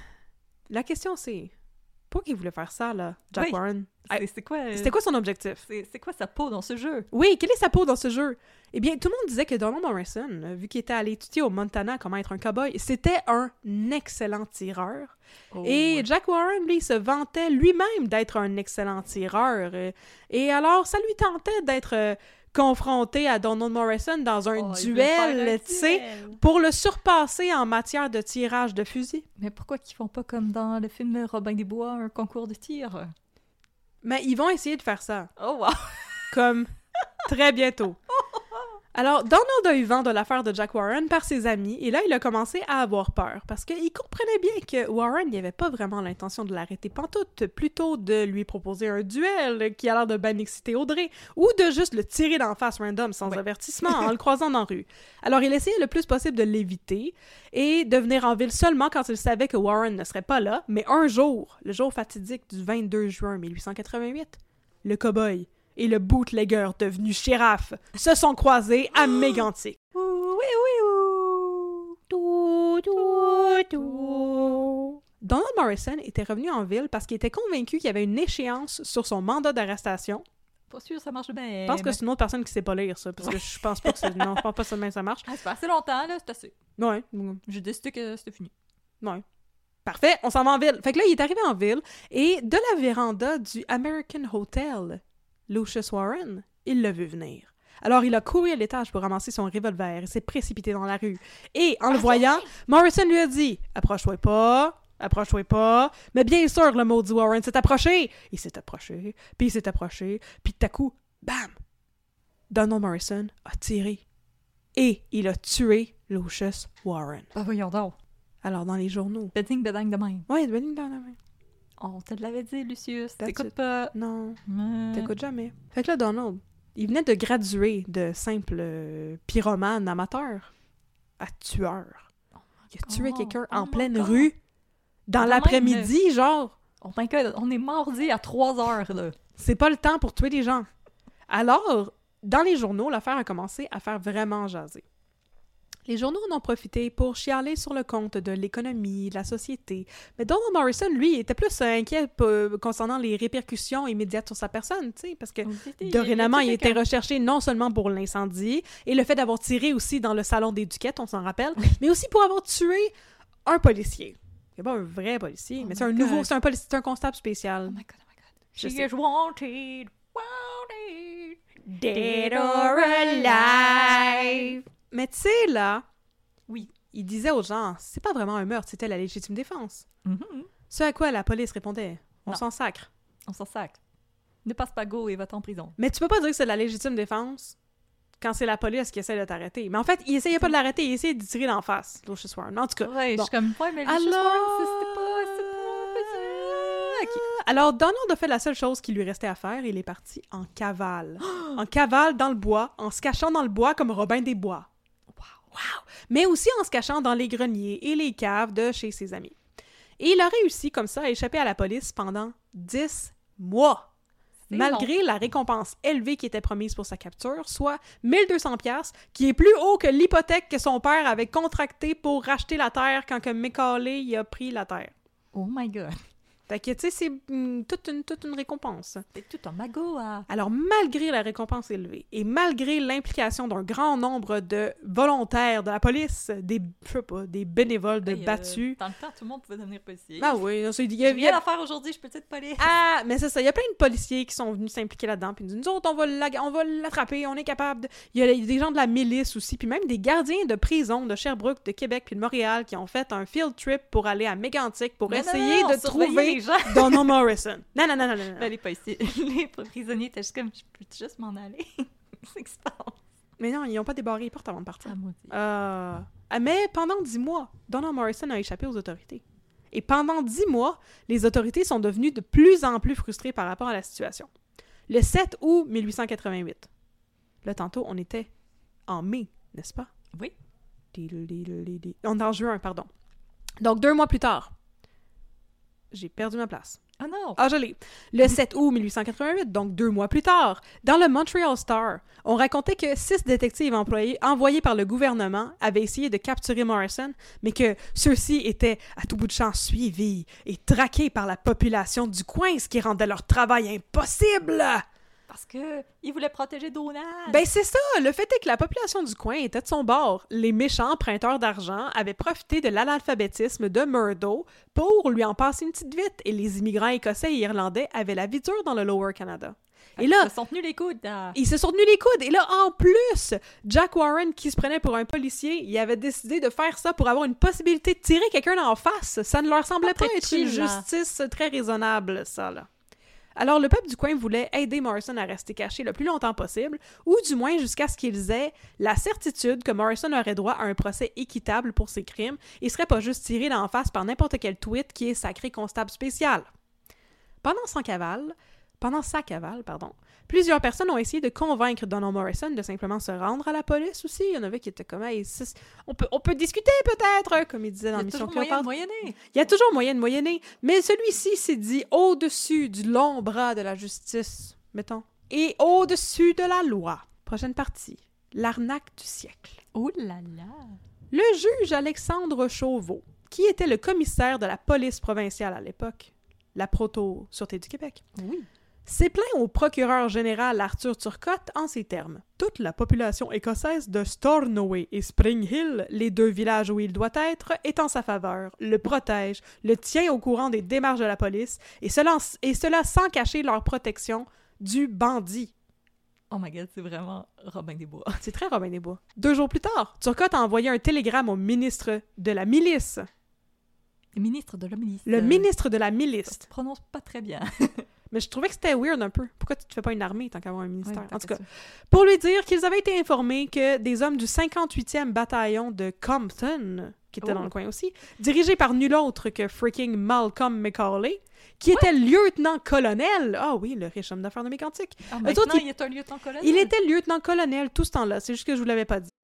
la question c'est, pourquoi il voulait faire ça, là, Jack Oui. Warren? C'est, c'est quoi... euh, C'était quoi son objectif? C'est, c'est quoi sa peau dans ce jeu? Oui, quelle est sa peau dans ce jeu? Eh bien, tout le monde disait que Donald Morrison, euh, vu qu'il était allé étudier au Montana comment être un cowboy, c'était un excellent tireur. Oh, Et ouais. Jack Warren, lui, se vantait lui-même d'être un excellent tireur. euh, Et alors, ça lui tentait d'être euh, confronté à Donald Morrison dans un Oh, il veut faire un duel, tu sais, duel. pour le surpasser en matière de tirage de fusil. Mais pourquoi qu'ils font pas comme dans le film Robin des Bois, un concours de tir? Mais ils vont essayer de faire ça, Oh wow! comme très bientôt. Alors, Donald a eu vent de l'affaire de Jack Warren par ses amis, et là, il a commencé à avoir peur, parce qu'il comprenait bien que Warren n'avait pas vraiment l'intention de l'arrêter pantoute, plutôt de lui proposer un duel qui a l'air de bien exciter Audrey, ou de juste le tirer d'en face random, sans Ouais. avertissement, en le croisant dans la rue. Alors, il essayait le plus possible de l'éviter, et de venir en ville seulement quand il savait que Warren ne serait pas là, mais un jour, le jour fatidique du vingt-deux juin mille huit cent quatre-vingt-huit, le cow-boy et le bootlegger devenu shérif se sont croisés à Mégantic. Oui, oui, Donald Morrison était revenu en ville parce qu'il était convaincu qu'il y avait une échéance sur son mandat d'arrestation. Pas sûr, ça marche bien. Je pense que c'est une autre personne qui sait pas lire ça, parce que je pense pas que c'est... Non, je pense pas que ça, même ça marche. Ah, ça fait assez longtemps, là, c'est assez. Ouais. J'ai décidé que c'était fini. Ouais. Parfait, on s'en va en ville. Fait que là, il est arrivé en ville, et de la véranda du American Hotel, Lucius Warren, il l'a vu venir. Alors, il a couru à l'étage pour ramasser son revolver et s'est précipité dans la rue. Et, en le voyant, Morrison lui a dit « Approche-toi pas, approche-toi pas. » Mais bien sûr, le maudit Warren s'est approché. Il s'est approché, puis il s'est approché, puis tout à coup, bam! Donald Morrison a tiré. Et il a tué Lucius Warren. Bah voyons donc. Alors, dans les journaux... Beding, bedang de même. Ouais, Benny dans la main. On te l'avait dit, Lucius. That's T'écoutes it. pas. Non, Hmm. t'écoutes jamais. Fait que là, Donald, il venait de graduer de simple euh, pyromane amateur à tueur. Il a tué Oh, quelqu'un oh en my pleine God. rue, dans Quand l'après-midi, même, genre. Oh my God, on est mardi à trois heures, là. C'est pas le temps pour tuer des gens. Alors, dans les journaux, l'affaire a commencé à faire vraiment jaser. Les journaux en ont profité pour chialer sur le compte de l'économie, de la société. Mais Donald Morrison, lui, était plus euh, inquiet euh, concernant les répercussions immédiates sur sa personne, tu sais, parce que dorénavant, il était recherché non seulement pour l'incendie et le fait d'avoir tiré aussi dans le salon des Duquettes, on s'en rappelle, mais aussi pour avoir tué un policier. C'est pas un vrai policier, Oh mais my c'est un God. nouveau, c'est un, polici- c'est un constable spécial. Oh my God, oh my God. Je She sais. is wanted, wanted. Dead or alive. Mais tu sais, là, Oui. il disait aux gens, c'est pas vraiment un meurtre, c'était la légitime défense. Mhm. Ce à quoi la police répondait, on Non. s'en sacre. On s'en sac. Ne passe pas go et va en prison. Mais tu peux pas dire que c'est de la légitime défense quand c'est la police qui essaie de t'arrêter. Mais en fait, il essayait pas de l'arrêter, il essayait de tirer d'en face, Lucius Warren. En tout cas, Ouais, bon. je suis comme, ouais, mais le Alors... Lucius Warren, c'était pas... c'était pas... Ok. Alors, Donald a fait la seule chose qui lui restait à faire, il est parti en cavale. En cavale dans le bois, en se cachant dans le bois comme Robin des Bois. Wow! Mais aussi en se cachant dans les greniers et les caves de chez ses amis. Et il a réussi comme ça à échapper à la police pendant dix mois. C'est Malgré la récompense élevée qui était promise pour sa capture, soit mille deux cents dollars, qui est plus haut que l'hypothèque que son père avait contractée pour racheter la terre quand que Macaulay y a pris la terre. Oh my God. Fait que, tu sais, c'est mm, toute, une, toute une récompense. C'est tout un magot à... Alors, malgré la récompense élevée et malgré l'implication d'un grand nombre de volontaires de la police, des, je sais pas, des bénévoles de Hey, euh, battus... dans le temps, tout le monde pouvait devenir policier. Ah oui, c'est- il y a- J'ai il y a- rien à faire aujourd'hui, je peux être police. Ah, mais c'est ça, il y a plein de policiers qui sont venus s'impliquer là-dedans, puis ils nous disent, nous autres, on va la- on va l'attraper, on est capable de... Il y a des gens de la milice aussi, puis même des gardiens de prison de Sherbrooke, de Québec, puis de Montréal, qui ont fait un field trip pour aller à Mégantic pour Mais non, essayer non, de on surveillait trouver les gens. Donald Morrison. Non, non, non, non, non. non. Ben, les policiers, les prisonniers étaient juste comme, je peux juste m'en aller? C'est que se passe. Mais non, ils n'ont pas débarré les portes avant de partir. Ah, maudit. Euh, ah, mais pendant dix mois, Donald Morrison a échappé aux autorités. Et pendant dix mois, les autorités sont devenues de plus en plus frustrées par rapport à la situation. Le sept août mille huit cent quatre-vingt-huit, là, tantôt, on était en mai, n'est-ce pas? Oui. On est en juin, pardon. Donc, deux mois plus tard, j'ai perdu ma place. Ah non! Ah, je l'ai. Le sept août mille huit cent quatre-vingt-huit, donc deux mois plus tard, dans le Montreal Star, on racontait que six détectives employés, envoyés par le gouvernement avaient essayé de capturer Morrison, mais que ceux-ci étaient à tout bout de champ suivis et traqués par la population du coin, ce qui rendait leur travail impossible! Parce que il voulait protéger Donald. Ben c'est ça! Le fait est que la population du coin était de son bord. Les méchants prêteurs d'argent avaient profité de l'analphabétisme de Murdo pour lui en passer une petite vite, et les immigrants écossais et irlandais avaient la vie dure dans le Lower Canada. Et là, Ils se sont tenus les coudes. à- ils se sont tenus les coudes. Et là, en plus, Jack Warren, qui se prenait pour un policier, il avait décidé de faire ça pour avoir une possibilité de tirer quelqu'un en face. Ça ne leur semblait Pas pas très être une chill, là. justice très raisonnable, ça, là. Alors, le peuple du coin voulait aider Morrison à rester caché le plus longtemps possible, ou du moins jusqu'à ce qu'ils aient la certitude que Morrison aurait droit à un procès équitable pour ses crimes et serait pas juste tiré d'en face par n'importe quel tweet qui est sacré constable spécial. Pendant sa cavale, pendant sa cavale, pardon, plusieurs personnes ont essayé de convaincre Donald Morrison de simplement se rendre à la police aussi. Il y en avait qui étaient comme hey, c'est- on peut on peut discuter peut-être, comme il disait dans Il y a Mission toujours moyen de Cléopâtre. moyenner. Il y a toujours moyen de moyenner, mais celui-ci s'est dit au-dessus du long bras de la justice, mettons, et au-dessus de la loi. Prochaine partie, l'arnaque du siècle. Oh là là. Le juge Alexandre Chauveau, qui était le commissaire de la police provinciale à l'époque, la Proto-Sûreté du Québec, Oui. s'est plaint au procureur général Arthur Turcotte en ces termes. Toute la population écossaise de Stornoway et Spring Hill, les deux villages où il doit être, est en sa faveur, le protège, le tient au courant des démarches de la police, et cela, et cela sans cacher leur protection du bandit. Oh my God, c'est vraiment Robin des Bois. C'est très Robin des Bois. Deux jours plus tard, Turcotte a envoyé un télégramme au ministre de la milice. Le ministre de la milice. Le Euh, ministre de la Ça milice. se prononce pas très bien. Mais je trouvais que c'était weird un peu. Pourquoi tu te fais pas une armée tant qu'avoir un ministère? Ouais, en tout cas, ça. pour lui dire qu'ils avaient été informés que des hommes du cinquante-huitième bataillon de Compton, qui était Oh. dans le coin aussi, dirigé par nul autre que freaking Malcolm McCauley, qui était lieutenant-colonel. Ah oui, le riche homme d'affaires de mécantique. Ah, Eux maintenant, autres, il est un lieutenant-colonel. Il était lieutenant-colonel tout ce temps-là. C'est juste que je vous l'avais pas dit.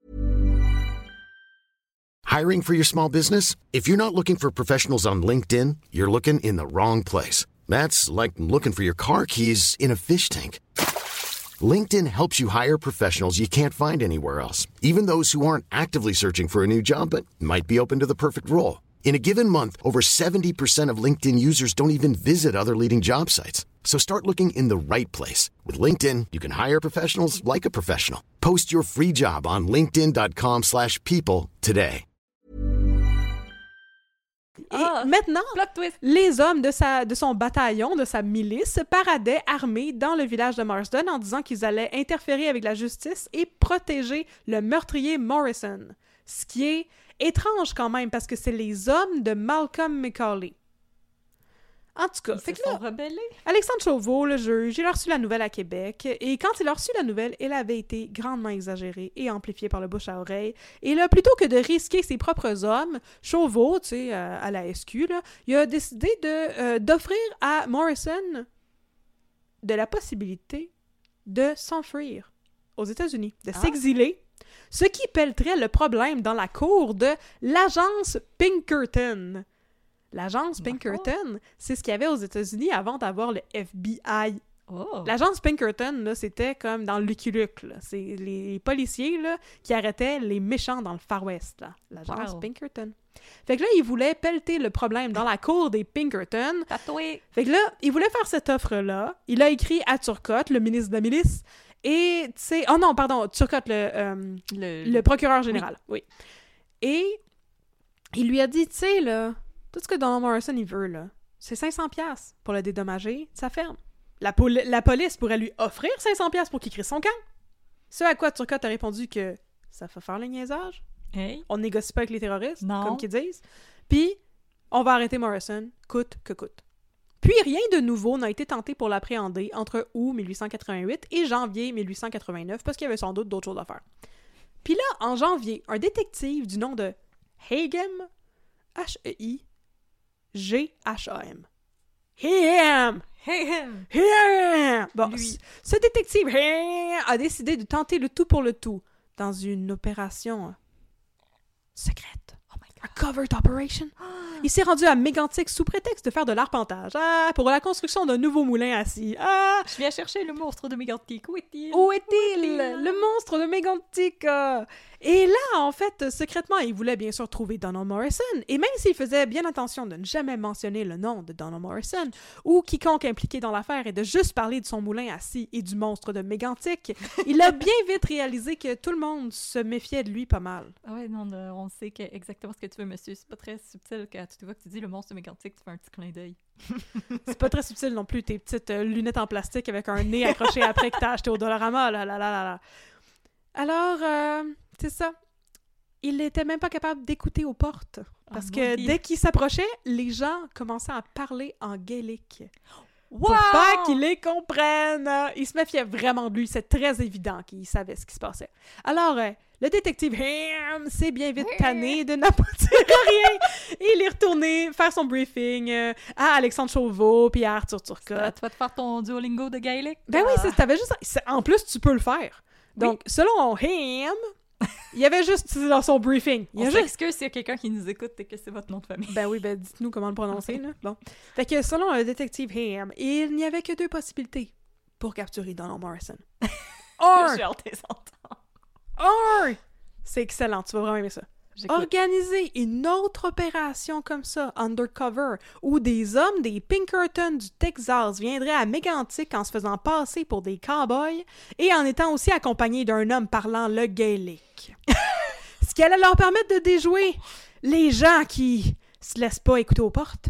Hiring for your small business? If you're not looking for professionals on LinkedIn, you're looking in the wrong place. That's like looking for your car keys in a fish tank. LinkedIn helps you hire professionals you can't find anywhere else, even those who aren't actively searching for a new job but might be open to the perfect role. In a given month, over seventy percent of LinkedIn users don't even visit other leading job sites. So start looking in the right place. With LinkedIn, you can hire professionals like a professional. Post your free job on linkedin.com slash people today. Et Ah, maintenant, plot twist. les hommes de, sa, de son bataillon, de sa milice, paradaient armés dans le village de Marsden en disant qu'ils allaient interférer avec la justice et protéger le meurtrier Morrison. Ce qui est étrange quand même, parce que c'est les hommes de Malcolm McCauley. En tout cas, Ils fait se que là, sont rebellés. Alexandre Chauveau, le juge, il a reçu la nouvelle à Québec, et quand il a reçu la nouvelle, elle avait été grandement exagérée et amplifiée par le bouche à oreille. Et là, plutôt que de risquer ses propres hommes, Chauveau, tu sais, euh, à la S Q, là, il a décidé de, euh, d'offrir à Morrison de la possibilité de s'enfuir aux États-Unis, de Ah. s'exiler, ce qui pelleterait le problème dans la cour de l'agence Pinkerton. L'agence D'accord. Pinkerton, c'est ce qu'il y avait aux États-Unis avant d'avoir le F B I. Oh. L'agence Pinkerton, là, c'était comme dans Lucky Luke, là. C'est les policiers là, qui arrêtaient les méchants dans le Far West. Là. L'agence Wow. Pinkerton. Fait que là, ils voulaient pelleter le problème dans la cour des Pinkerton. Tatoué. Fait que là, il voulait faire cette offre-là. Il a écrit à Turcotte, le ministre de la milice, et, tu sais... Oh non, pardon, Turcotte, le, euh, Le, le procureur général, oui. Et il lui a dit, tu sais, là, tout ce que Donald Morrison, il veut, là, c'est cinq cents dollars pour le dédommager de sa ferme. La, poli- la police pourrait lui offrir cinq cents dollars pour qu'il crée son camp. Ce à quoi Turcotte a répondu que ça fait faire le niaisage. Hey. On négocie pas avec les terroristes, Non. comme qu'ils disent. Puis, on va arrêter Morrison, coûte que coûte. Puis, rien de nouveau n'a été tenté pour l'appréhender entre août mille huit cent quatre-vingt-huit et janvier mille huit cent quatre-vingt-neuf, parce qu'il y avait sans doute d'autres choses à faire. Puis là, en janvier, un détective du nom de Haigem, H E I G H A M. Haigem! Hey, him. Haigem! Bon, Lui. c- ce détective Haigem a décidé de tenter le tout pour le tout dans une opération euh, secrète. Oh my A covert operation. Il s'est rendu à Mégantic sous prétexte de faire de l'arpentage. Ah, pour la construction d'un nouveau moulin à scie. Ah, Je viens chercher le monstre de Mégantic. Où est-il? où est-il? Le monstre de Mégantic. euh. Et là, en fait, secrètement, il voulait bien sûr trouver Donald Morrison. Et même s'il faisait bien attention de ne jamais mentionner le nom de Donald Morrison ou quiconque impliqué dans l'affaire et de juste parler de son moulin à scie et du monstre de Mégantic, il a bien vite réalisé que tout le monde se méfiait de lui pas mal. Ah ouais, non, euh, on sait que exactement ce que tu veux, monsieur. C'est pas très subtil quand tu te vois que tu dis le monstre de Mégantic, tu fais un petit clin d'œil. C'est pas très subtil non plus, tes petites euh, lunettes en plastique avec un nez accroché après que t'as acheté au Dollarama, là, là, là, là, là. Alors, euh, c'est ça. Il était même pas capable d'écouter aux portes. Parce Oh, que mon Dieu. dès qu'il s'approchait, les gens commençaient à parler en gaélique. Wow! Pour pas qu'ils les comprennent. Il se méfiait vraiment de lui. C'est très évident qu'il savait ce qui se passait. Alors, euh, le détective Ham s'est bien vite tanné de n'aboutir à rien. Et il est retourné faire son briefing euh, à Alexandre Chauveau puis à Arthur Ah, Turcotte. tu vas te faire ton Duolingo de gaélique? Ben oui, Ah. c'est- t'avais juste... c'est- En plus, tu peux le faire. Donc, selon Ham, il y avait juste dans son briefing. Il y On a juste... s'excuse s'il y a quelqu'un qui nous écoute et que c'est votre nom de famille. Ben oui, ben dites-nous comment le prononcer, là. Bon. Fait que selon le détective Ham, il n'y avait que deux possibilités pour capturer Donald Morrison. Un! J'ai hâte de les entendre. Un! C'est excellent, tu vas vraiment aimer ça. J'écoute. Organiser une autre opération comme ça, undercover, où des hommes des Pinkerton du Texas viendraient à Mégantic en se faisant passer pour des cowboys et en étant aussi accompagnés d'un homme parlant le gaélique. Ce qui allait leur permettre de déjouer les gens qui se laissent pas écouter aux portes.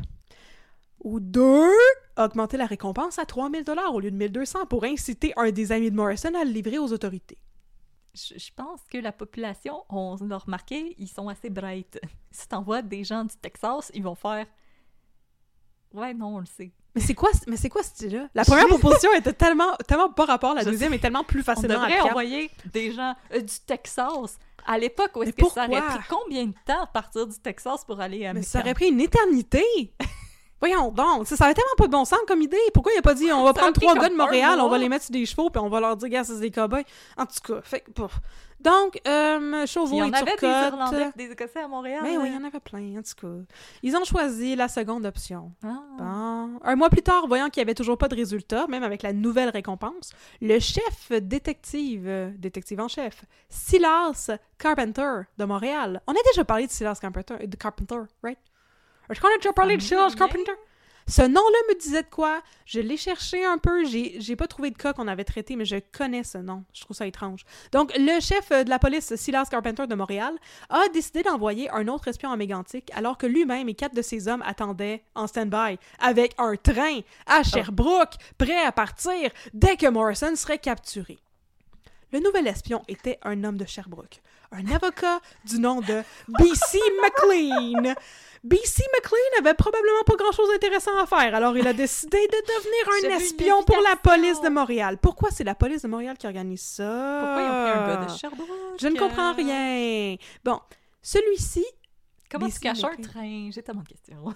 Ou deux, augmenter la récompense à trois mille dollars au lieu de mille deux cents pour inciter un des amis de Morrison à le livrer aux autorités. Je, je pense que la population, on l'a remarqué, ils sont assez bright. Si t'envoies des gens du Texas, ils vont faire... Ouais, non, on le sait. Mais c'est quoi, mais c'est quoi ce style-là? La première proposition était tellement, tellement pas rapport, la Je deuxième sais. est tellement plus On facilement devrait applicable. envoyer des gens euh, du Texas à l'époque où est-ce Mais que ça aurait pourquoi? pris combien de temps à partir du Texas pour aller à Mais Mécan? ça aurait pris une éternité! Voyons donc, ça, ça avait tellement pas de bon sens comme idée. Pourquoi il a pas dit, on va Ça prendre a pris trois comme gars de un Montréal, on mois. va les mettre sur des chevaux, puis on va leur dire, gars, c'est des cow-boys. En tout cas, fait que, pouf. Donc, euh, Chauveau Il y et en avait des Turcotte. Irlandais et des Écossais à Montréal. Mais oui, il y là. en avait plein, en tout cas. Ils ont choisi la seconde option. Ah. Bon. Un mois plus tard, voyant qu'il n'y avait toujours pas de résultat, même avec la nouvelle récompense, le chef détective, euh, détective en chef, Silas Carpenter de Montréal. On a déjà parlé de Silas Carpenter, de Carpenter, right? Est-ce qu'on a déjà parlé de Ça me Silas dit Carpenter? Ce nom-là me disait de quoi? Je l'ai cherché un peu, j'ai, j'ai pas trouvé de cas qu'on avait traité, mais je connais ce nom. Je trouve ça étrange. Donc, le chef de la police, Silas Carpenter de Montréal, a décidé d'envoyer un autre espion à Mégantic, alors que lui-même et quatre de ses hommes attendaient en stand-by, avec un train à Sherbrooke, prêt à partir dès que Morrison serait capturé. Le nouvel espion était un homme de Sherbrooke, un avocat du nom de B C McLean. B C McLean avait probablement pas grand-chose d'intéressant à faire, alors il a décidé de devenir J'ai un vu espion une pour la invitation. police de Montréal. Pourquoi c'est la police de Montréal qui organise ça? Pourquoi ils ont pris un gars de Sherbrooke? Je ne comprends Euh, rien. Bon, celui-ci, Comment B tu C caches un McLean. train? J'ai tellement de questions.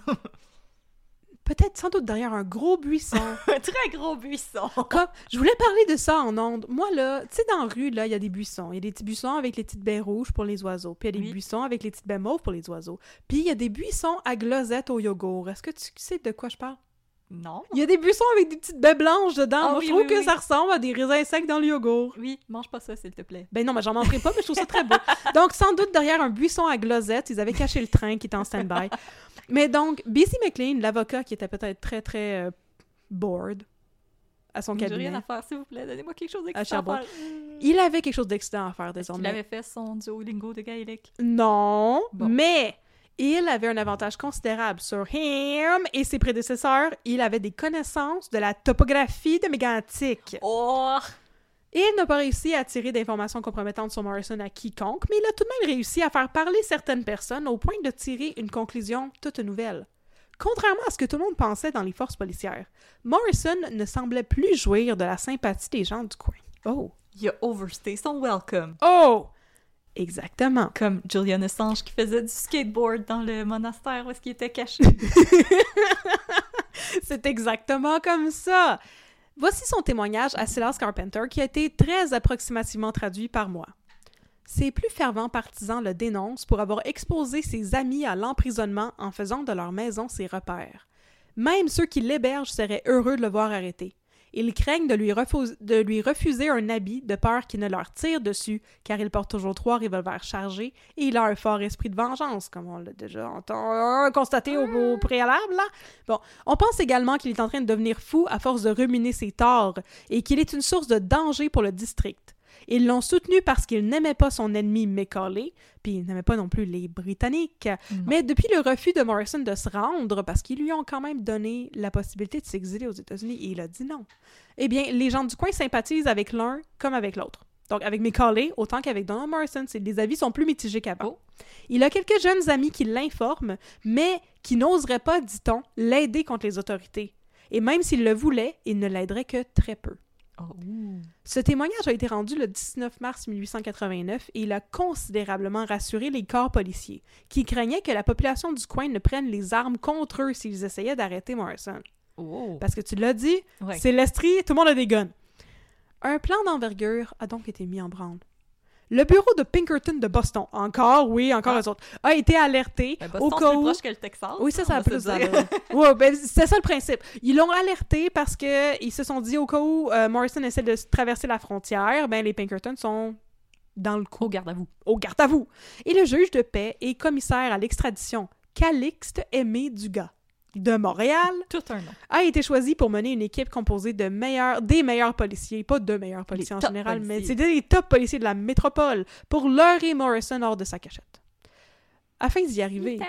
peut-être sans doute derrière un gros buisson. un très gros buisson. Comme, je voulais parler de ça en ondes. Moi, là, tu sais, dans la rue, là, il y a des buissons. Il y a des petits buissons avec les petites baies rouges pour les oiseaux. Puis il y a des Oui. buissons avec les petites baies mauves pour les oiseaux. Puis il y a des buissons à glosette au yogourt. Est-ce que tu sais de quoi je parle? Non. Il y a des buissons avec des petites baies blanches dedans. Ah Moi, oui, je trouve oui, que oui. ça ressemble à des raisins secs dans le yogourt. Oui, mange pas ça, s'il te plaît. Ben non, mais j'en mangerai pas, mais je trouve ça très beau. Donc, sans doute, derrière un buisson à glosette, ils avaient caché le train qui était en stand-by. Mais donc, B C McLean, l'avocat qui était peut-être très, très euh, bored à son J'ai cabinet, rien à faire, s'il vous plaît. Donnez-moi quelque chose À d'excitant à Sherbrooke. faire. il avait quelque chose d'excitant à faire Est-ce qu'il désormais. avait fait son Duolingo de gaélique? Non, Bon. mais il avait un avantage considérable sur him et ses prédécesseurs. Il avait des connaissances de la topographie de Mégantic. Oh! Et il n'a pas réussi à tirer d'informations compromettantes sur Morrison à quiconque, mais il a tout de même réussi à faire parler certaines personnes au point de tirer une conclusion toute nouvelle. Contrairement à ce que tout le monde pensait dans les forces policières, Morrison ne semblait plus jouir de la sympathie des gens du coin. Oh! Il a overstay son welcome. Oh! Exactement. Comme Julian Assange qui faisait du skateboard dans le monastère où est-ce qu'il était caché. C'est exactement comme ça. Voici son témoignage à Silas Carpenter qui a été très approximativement traduit par moi. Ses plus fervents partisans le dénoncent pour avoir exposé ses amis à l'emprisonnement en faisant de leur maison ses repères. Même ceux qui l'hébergent seraient heureux de le voir arrêté. Ils craignent de lui, refus- de lui refuser un habit de peur qu'il ne leur tire dessus, car il porte toujours trois revolvers chargés et il a un fort esprit de vengeance, comme on l'a déjà entendu, constaté au, au préalable. Là. Bon, on pense également qu'il est en train de devenir fou à force de ruminer ses torts et qu'il est une source de danger pour le district. Ils l'ont soutenu parce qu'il n'aimait pas son ennemi Macaulay, puis il n'aimait pas non plus les Britanniques. Non. Mais depuis le refus de Morrison de se rendre, parce qu'ils lui ont quand même donné la possibilité de s'exiler aux États-Unis, et il a dit non, eh bien, les gens du coin sympathisent avec l'un comme avec l'autre. Donc, avec Macaulay, autant qu'avec Donald Morrison, c'est- les avis sont plus mitigés qu'avant. Oh. Il a quelques jeunes amis qui l'informent, mais qui n'oseraient pas, dit-on, l'aider contre les autorités. Et même s'il le voulait, il ne l'aiderait que très peu. Oh. Ce témoignage a été rendu le dix-neuf mars mille huit cent quatre-vingt-neuf et il a considérablement rassuré les corps policiers, qui craignaient que la population du coin ne prenne les armes contre eux s'ils essayaient d'arrêter Morrison. Oh. Parce que tu l'as dit, Ouais. c'est l'Estrie, tout le monde a des guns. Un plan d'envergure a donc été mis en branle. Le bureau de Pinkerton de Boston, encore, oui, encore Ah. eux autres, a été alerté Ben, au Boston, cas c'est où... plus proche que le Texas. Oui, ça, on ça a va se plus dire. d'allure. Ouais, ben, c'est ça le principe. Ils l'ont alerté parce que ils se sont dit au cas où euh, Morrison essaie de traverser la frontière, ben les Pinkerton sont dans le coup, Oh, garde à vous. au garde à vous. Et le juge de paix et commissaire à l'extradition, Calixte Aimé Dugas, de Montréal, Tout un nom. a été choisi pour mener une équipe composée de meilleurs, des meilleurs policiers, pas de meilleurs policiers en top général, mais policiers. c'est des top policiers de la métropole pour leurrer Morrison hors de sa cachette. Afin d'y arriver,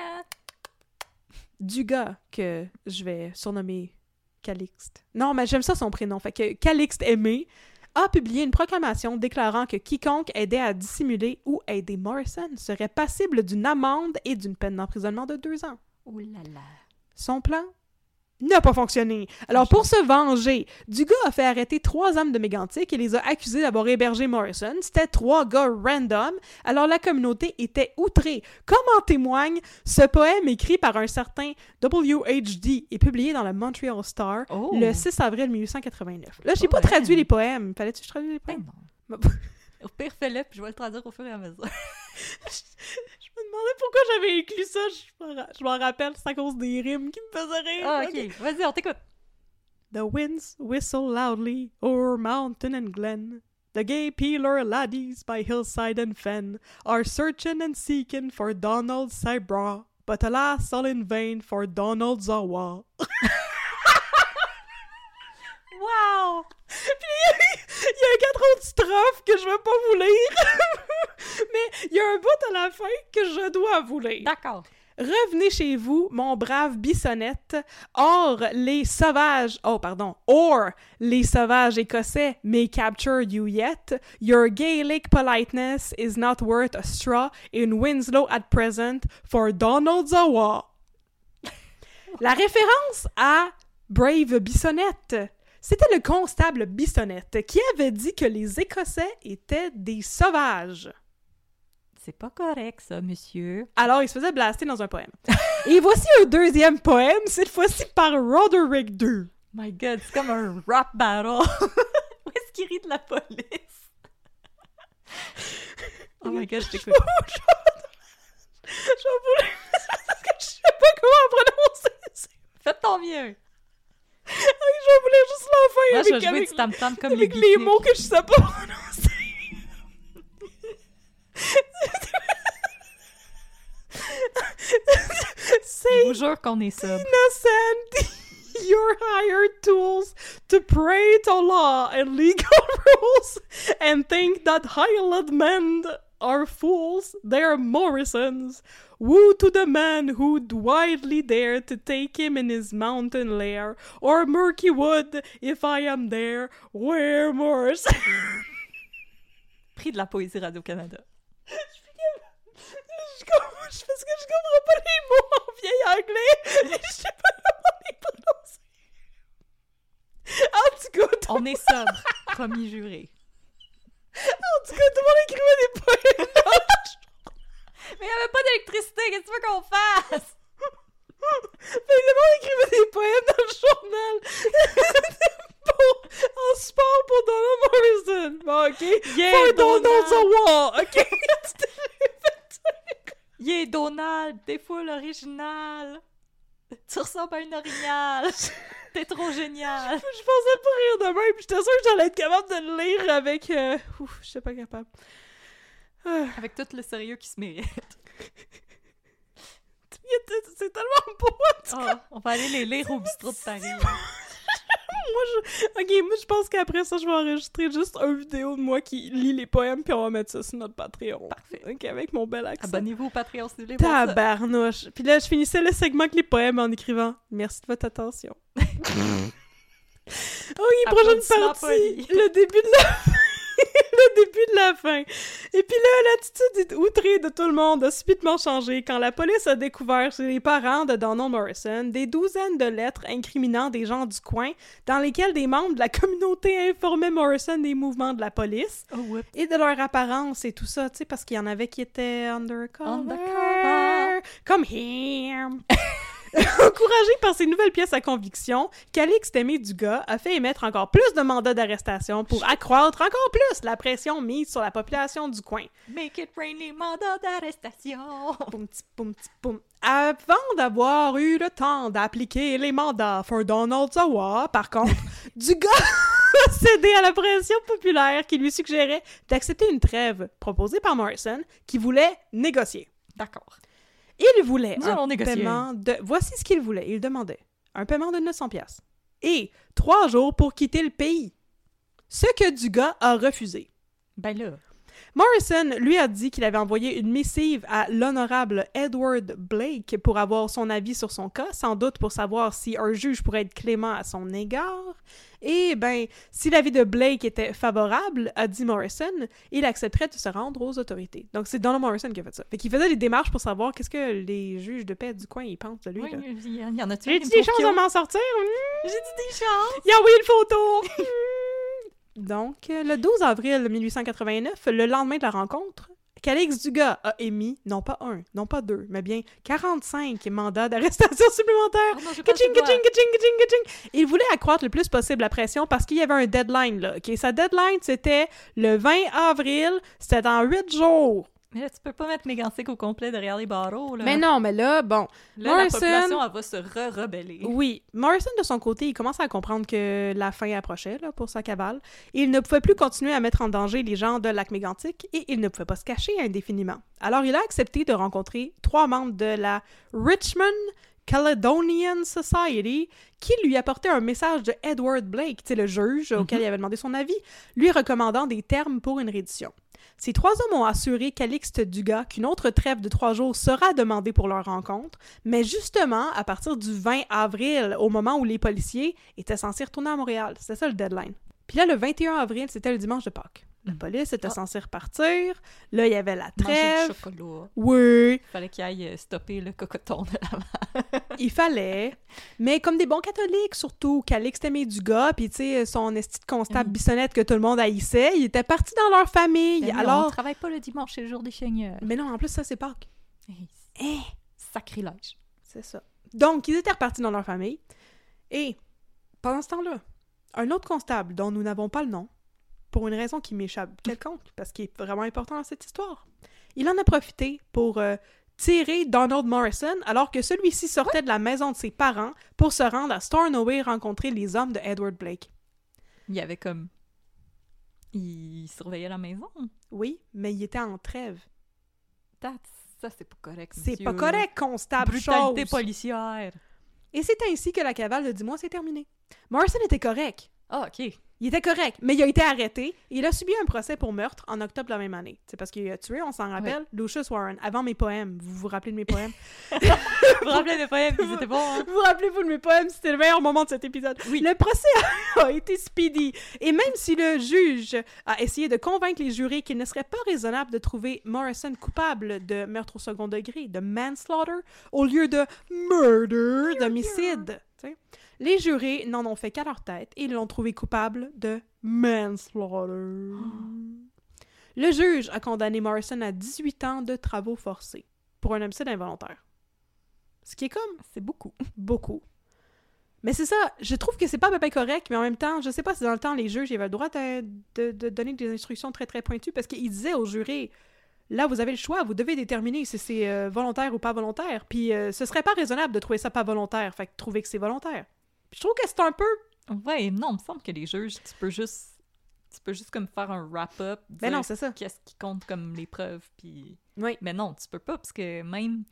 Dugas, que je vais surnommer Calixte. Non, mais j'aime ça son prénom. Fait que Calixte Aimé a publié une proclamation déclarant que quiconque aidait à dissimuler ou aider Morrison serait passible d'une amende et d'une peine d'emprisonnement de deux ans. Oh là là. Son plan? n'a pas fonctionné. Alors, pour se venger, Dugas a fait arrêter trois hommes de Mégantic et les a accusés d'avoir hébergé Morrison. C'était trois gars random. Alors, la communauté était outrée. Comme en témoigne ce poème écrit par un certain W H D et publié dans le Montreal Star Oh. le six avril mille huit cent quatre-vingt-neuf. Là, j'ai Oh, pas ouais. traduit les poèmes. Fallait-tu que je traduise les Ben poèmes? non. Au pire, fais-le, puis je vais le traduire au fur et à mesure. Je me demandais pourquoi j'avais inclus ça. Je m'en ra- je m'en rappelle, c'est à cause des rimes qui me faisaient rire. Ah, ok. Vas-y, on t'écoute. The winds whistle loudly o'er mountain and glen. The gay peeler laddies by hillside and fen are searching and seeking for Donald Cybra, but alas, all in vain for Donald Zawa. Wow! Puis il y a quatre autres strophes que je vais pas vous lire, mais il y a un bout à la fin que je dois vous lire. D'accord. Revenez chez vous, mon brave Bissonnette. Or, les sauvages... Oh, pardon. Or, les sauvages écossais may capture you yet. Your Gaelic politeness is not worth a straw in Winslow at present for Donald Zawa. La référence à Brave Bissonnette, c'était le constable Bissonnette qui avait dit que les Écossais étaient des sauvages. C'est pas correct, ça, monsieur. Alors, il se faisait blaster dans un poème. Et voici un deuxième poème, cette fois-ci par Roderick deux. My God, c'est comme un rap battle. Où est-ce qu'il rit de la police? Oh my God, je t'écoute. Je vais vous le... parce que je sais pas comment prononcer ça. Fais de ton mieux. Je vais vous lire juste la fin Moi, je vais avec, jouer avec, du tam-tam comme avec les les Beatniks. mots que je sais pas prononcer. Je C'est vous jure qu'on est sub. innocent. Your hired tools to pray to law and legal rules and think that Highland men are fools. They're Morrisons. Woo to the man who'd widely dare to take him in his mountain lair, or murky wood, if I am there, where Morrison. Prix de la poésie Radio-Canada. Je comprends, parce que je comprends pas les mots en vieil anglais. Je sais pas comment les prononcer. En tout cas, tout, On est sobre. Promis juré. en tout cas, tout le monde écrivait des poèmes dans la journée. Mais il n'y avait pas d'électricité. Qu'est-ce que tu veux qu'on fasse? Fait que le monde écrivait des poèmes dans le journal. Pour, en support pour Donald Morrison. Bon, OK. Yeah, For Donald Donald. Zawa. OK. Yeah, Donald, t'es full original. Tu ressembles à une orignale. T'es trop génial. Je pensais pas rire de même, puis j'étais sûre que j'allais être capable de le lire avec... Euh... Ouf, je suis pas capable. Ah. Avec tout le sérieux qui se mérite. C'est tellement beau, en tout cas. Oh, on va aller les lire au bistrot de Paris. Moi, je... OK, moi, je pense qu'après ça, je vais enregistrer juste une vidéo de moi qui lit les poèmes, puis on va mettre ça sur notre Patreon. Parfait. OK, avec mon bel accent. Abonnez-vous au Patreon si vous voulez voir ça. Tabarnouche. Puis là, je finissais le segment avec les poèmes en écrivant « Merci de votre attention. » OK, prochaine Applaudissements partie. polis. Le début de la fin. Le début de la fin. Et puis là, l'attitude outrée de tout le monde a subitement changé quand la police a découvert chez les parents de Donald Morrison des douzaines de lettres incriminant des gens du coin dans lesquelles des membres de la communauté informaient Morrison des mouvements de la police Oh, whoop. et de leur apparence et tout ça, tu sais, parce qu'il y en avait qui étaient undercover. Undercover. Comme him. Encouragé par ces nouvelles pièces à conviction, Calixte Aimé Dugas a fait émettre encore plus de mandats d'arrestation pour accroître encore plus la pression mise sur la population du coin. Make it rain les mandats d'arrestation. Poum, petit, poum, petit, poum. Avant d'avoir eu le temps d'appliquer les mandats for Donald Zawa, par contre, Dugas a cédé à la pression populaire qui lui suggérait d'accepter une trêve proposée par Morrison qui voulait négocier. D'accord. Il voulait Nous un allons négocier. paiement de... Voici ce qu'il voulait. Il demandait un paiement de neuf cents piastres et trois jours pour quitter le pays. Ce que Dugas a refusé. Ben là. Morrison, lui, a dit qu'il avait envoyé une missive à l'honorable Edward Blake pour avoir son avis sur son cas, sans doute pour savoir si un juge pourrait être clément à son égard. Et, ben, si l'avis de Blake était favorable, a dit Morrison, il accepterait de se rendre aux autorités. Donc, c'est Donald Morrison qui a fait ça. Fait qu'il faisait des démarches pour savoir qu'est-ce que les juges de paix du coin, ils pensent de lui. Oui, là. il y, y en a-tu? J'ai dit des chances de m'en sortir? J'ai dit des chances! Il a envoyé le photo! Donc, le douze avril mille huit cent quatre-vingt-neuf, le lendemain de la rencontre, Calix Dugas a émis, non pas un, non pas deux, mais bien quarante-cinq mandats d'arrestation supplémentaires. Oh non, j'ai Ka-ching, pas le ka-ching, ka-ching, ka-ching, ka-ching. Il voulait accroître le plus possible la pression parce qu'il y avait un deadline, là. Okay? Sa deadline, c'était le vingt avril, c'était dans huit jours. Mais là, tu peux pas mettre Mégantic au complet derrière les barreaux, là. Mais non, mais là, bon. Là, Morrison, la population, elle va se re-rebeller. Oui. Morrison, de son côté, il commence à comprendre que la fin approchait là, pour sa cavale. Il ne pouvait plus continuer à mettre en danger les gens de Lac-Mégantic et il ne pouvait pas se cacher indéfiniment. Alors, il a accepté de rencontrer trois membres de la Richmond Caledonian Society qui lui apportaient un message de Edward Blake, tu sais, le juge auquel mm-hmm. il avait demandé son avis, lui recommandant des termes pour une reddition. Ces trois hommes ont assuré Calixte Dugas qu'une autre trêve de trois jours sera demandée pour leur rencontre, mais justement, à partir du vingt avril, au moment où les policiers étaient censés retourner à Montréal. C'était ça le deadline. Puis là, le vingt et un avril, c'était le dimanche de Pâques. La police était ah. censée repartir. Là, il y avait la trêve. Manger du chocolat. Oui. Il fallait qu'il aille stopper le cocoton de la Il fallait. Mais comme des bons catholiques, surtout, Calixte aimait Dugas, puis tu sais, son esti de constable oui. Bissonnette que tout le monde haïssait, ils étaient partis dans leur famille. Ben Alors... on ne travaille pas le dimanche, c'est le jour des Seigneurs. Mais non, en plus, ça, c'est Pâques. Hey, hein? Sacrilège. C'est ça. Donc, ils étaient repartis dans leur famille. Et, pendant ce temps-là, un autre constable, dont nous n'avons pas le nom, pour une raison qui m'échappe quelconque, parce qu'il est vraiment important dans cette histoire, il en a profité pour euh, tirer Donald Morrison, alors que celui-ci sortait ouais. de la maison de ses parents pour se rendre à Stornoway rencontrer les hommes de Edward Blake. Il y avait comme... Il surveillait la maison. Oui, mais il était en trêve. That's... Ça, c'est pas correct, C'est monsieur. pas correct, constable. Brutalité chose. policière. Et c'est ainsi que la cavale de dix mois s'est terminée. Morrison était correct. Ah, OK. Il était correct, mais il a été arrêté et il a subi un procès pour meurtre en octobre de la même année. C'est parce qu'il a tué, on s'en rappelle, oui. Lucius Warren, avant mes poèmes. Vous vous rappelez de mes poèmes? Vous vous rappelez des poèmes? Ils étaient bons, hein? Vous vous rappelez-vous de mes poèmes? C'était le meilleur moment de cet épisode. Oui. Le procès a, a été speedy. Et même si le juge a essayé de convaincre les jurés qu'il ne serait pas raisonnable de trouver Morrison coupable de meurtre au second degré, de manslaughter, au lieu de murder, d'homicide, tu sais, les jurés n'en ont fait qu'à leur tête et l'ont trouvé coupable de manslaughter. Oh. Le juge a condamné Morrison à dix-huit ans de travaux forcés pour un homicide involontaire. Ce qui est comme... C'est beaucoup. Beaucoup. Mais c'est ça, je trouve que c'est pas à peu près correct, mais en même temps, je sais pas si dans le temps, les juges ils avaient le droit de, de, de donner des instructions très très pointues parce qu'ils disaient aux jurés, là, vous avez le choix, vous devez déterminer si c'est euh, volontaire ou pas volontaire. Puis euh, ce serait pas raisonnable de trouver ça pas volontaire, fait que trouver que c'est volontaire. Puis je trouve que c'est un peu... Ouais, non, il me semble que les juges, tu peux juste... Tu peux juste comme faire un wrap-up, dire ben non, c'est ça. Qu'est-ce qui compte comme les preuves, puis... Oui. Mais non, tu peux pas, parce que même...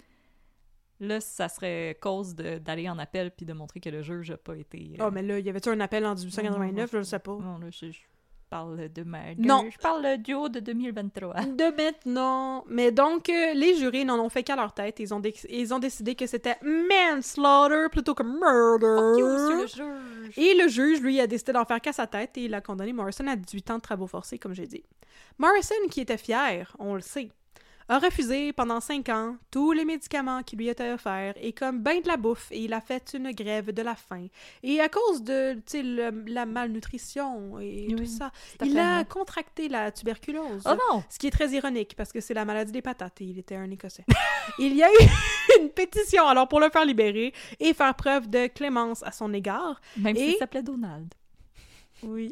Là, ça serait cause de, d'aller en appel puis de montrer que le juge n'a pas été... Ah, euh... oh, mais là, y avait-tu un appel en dix-huit cent quatre-vingt-neuf? Non, je sais pas. Non, là, je... je... parle de ma... Non. Je parle du haut de deux mille vingt-trois. De maintenant. Mais donc, euh, les jurés n'en ont fait qu'à leur tête. Ils ont, dé- ils ont décidé que c'était manslaughter plutôt que murder. Fuck you, monsieur le juge. Et le juge, lui, a décidé d'en faire qu'à sa tête et il a condamné Morrison à dix-huit ans de travaux forcés, comme j'ai dit. Morrison, qui était fier, on le sait, a refusé pendant cinq ans tous les médicaments qui lui étaient offerts et comme ben de la bouffe et il a fait une grève de la faim. Et à cause de tu sais, le, la malnutrition et oui, tout ça, il a contracté la tuberculose. Oh non! Ce qui est très ironique parce que c'est la maladie des patates et il était un Écossais. Il y a eu une pétition alors pour le faire libérer et faire preuve de clémence à son égard. Même et... s'il s'appelait Donald. Oui.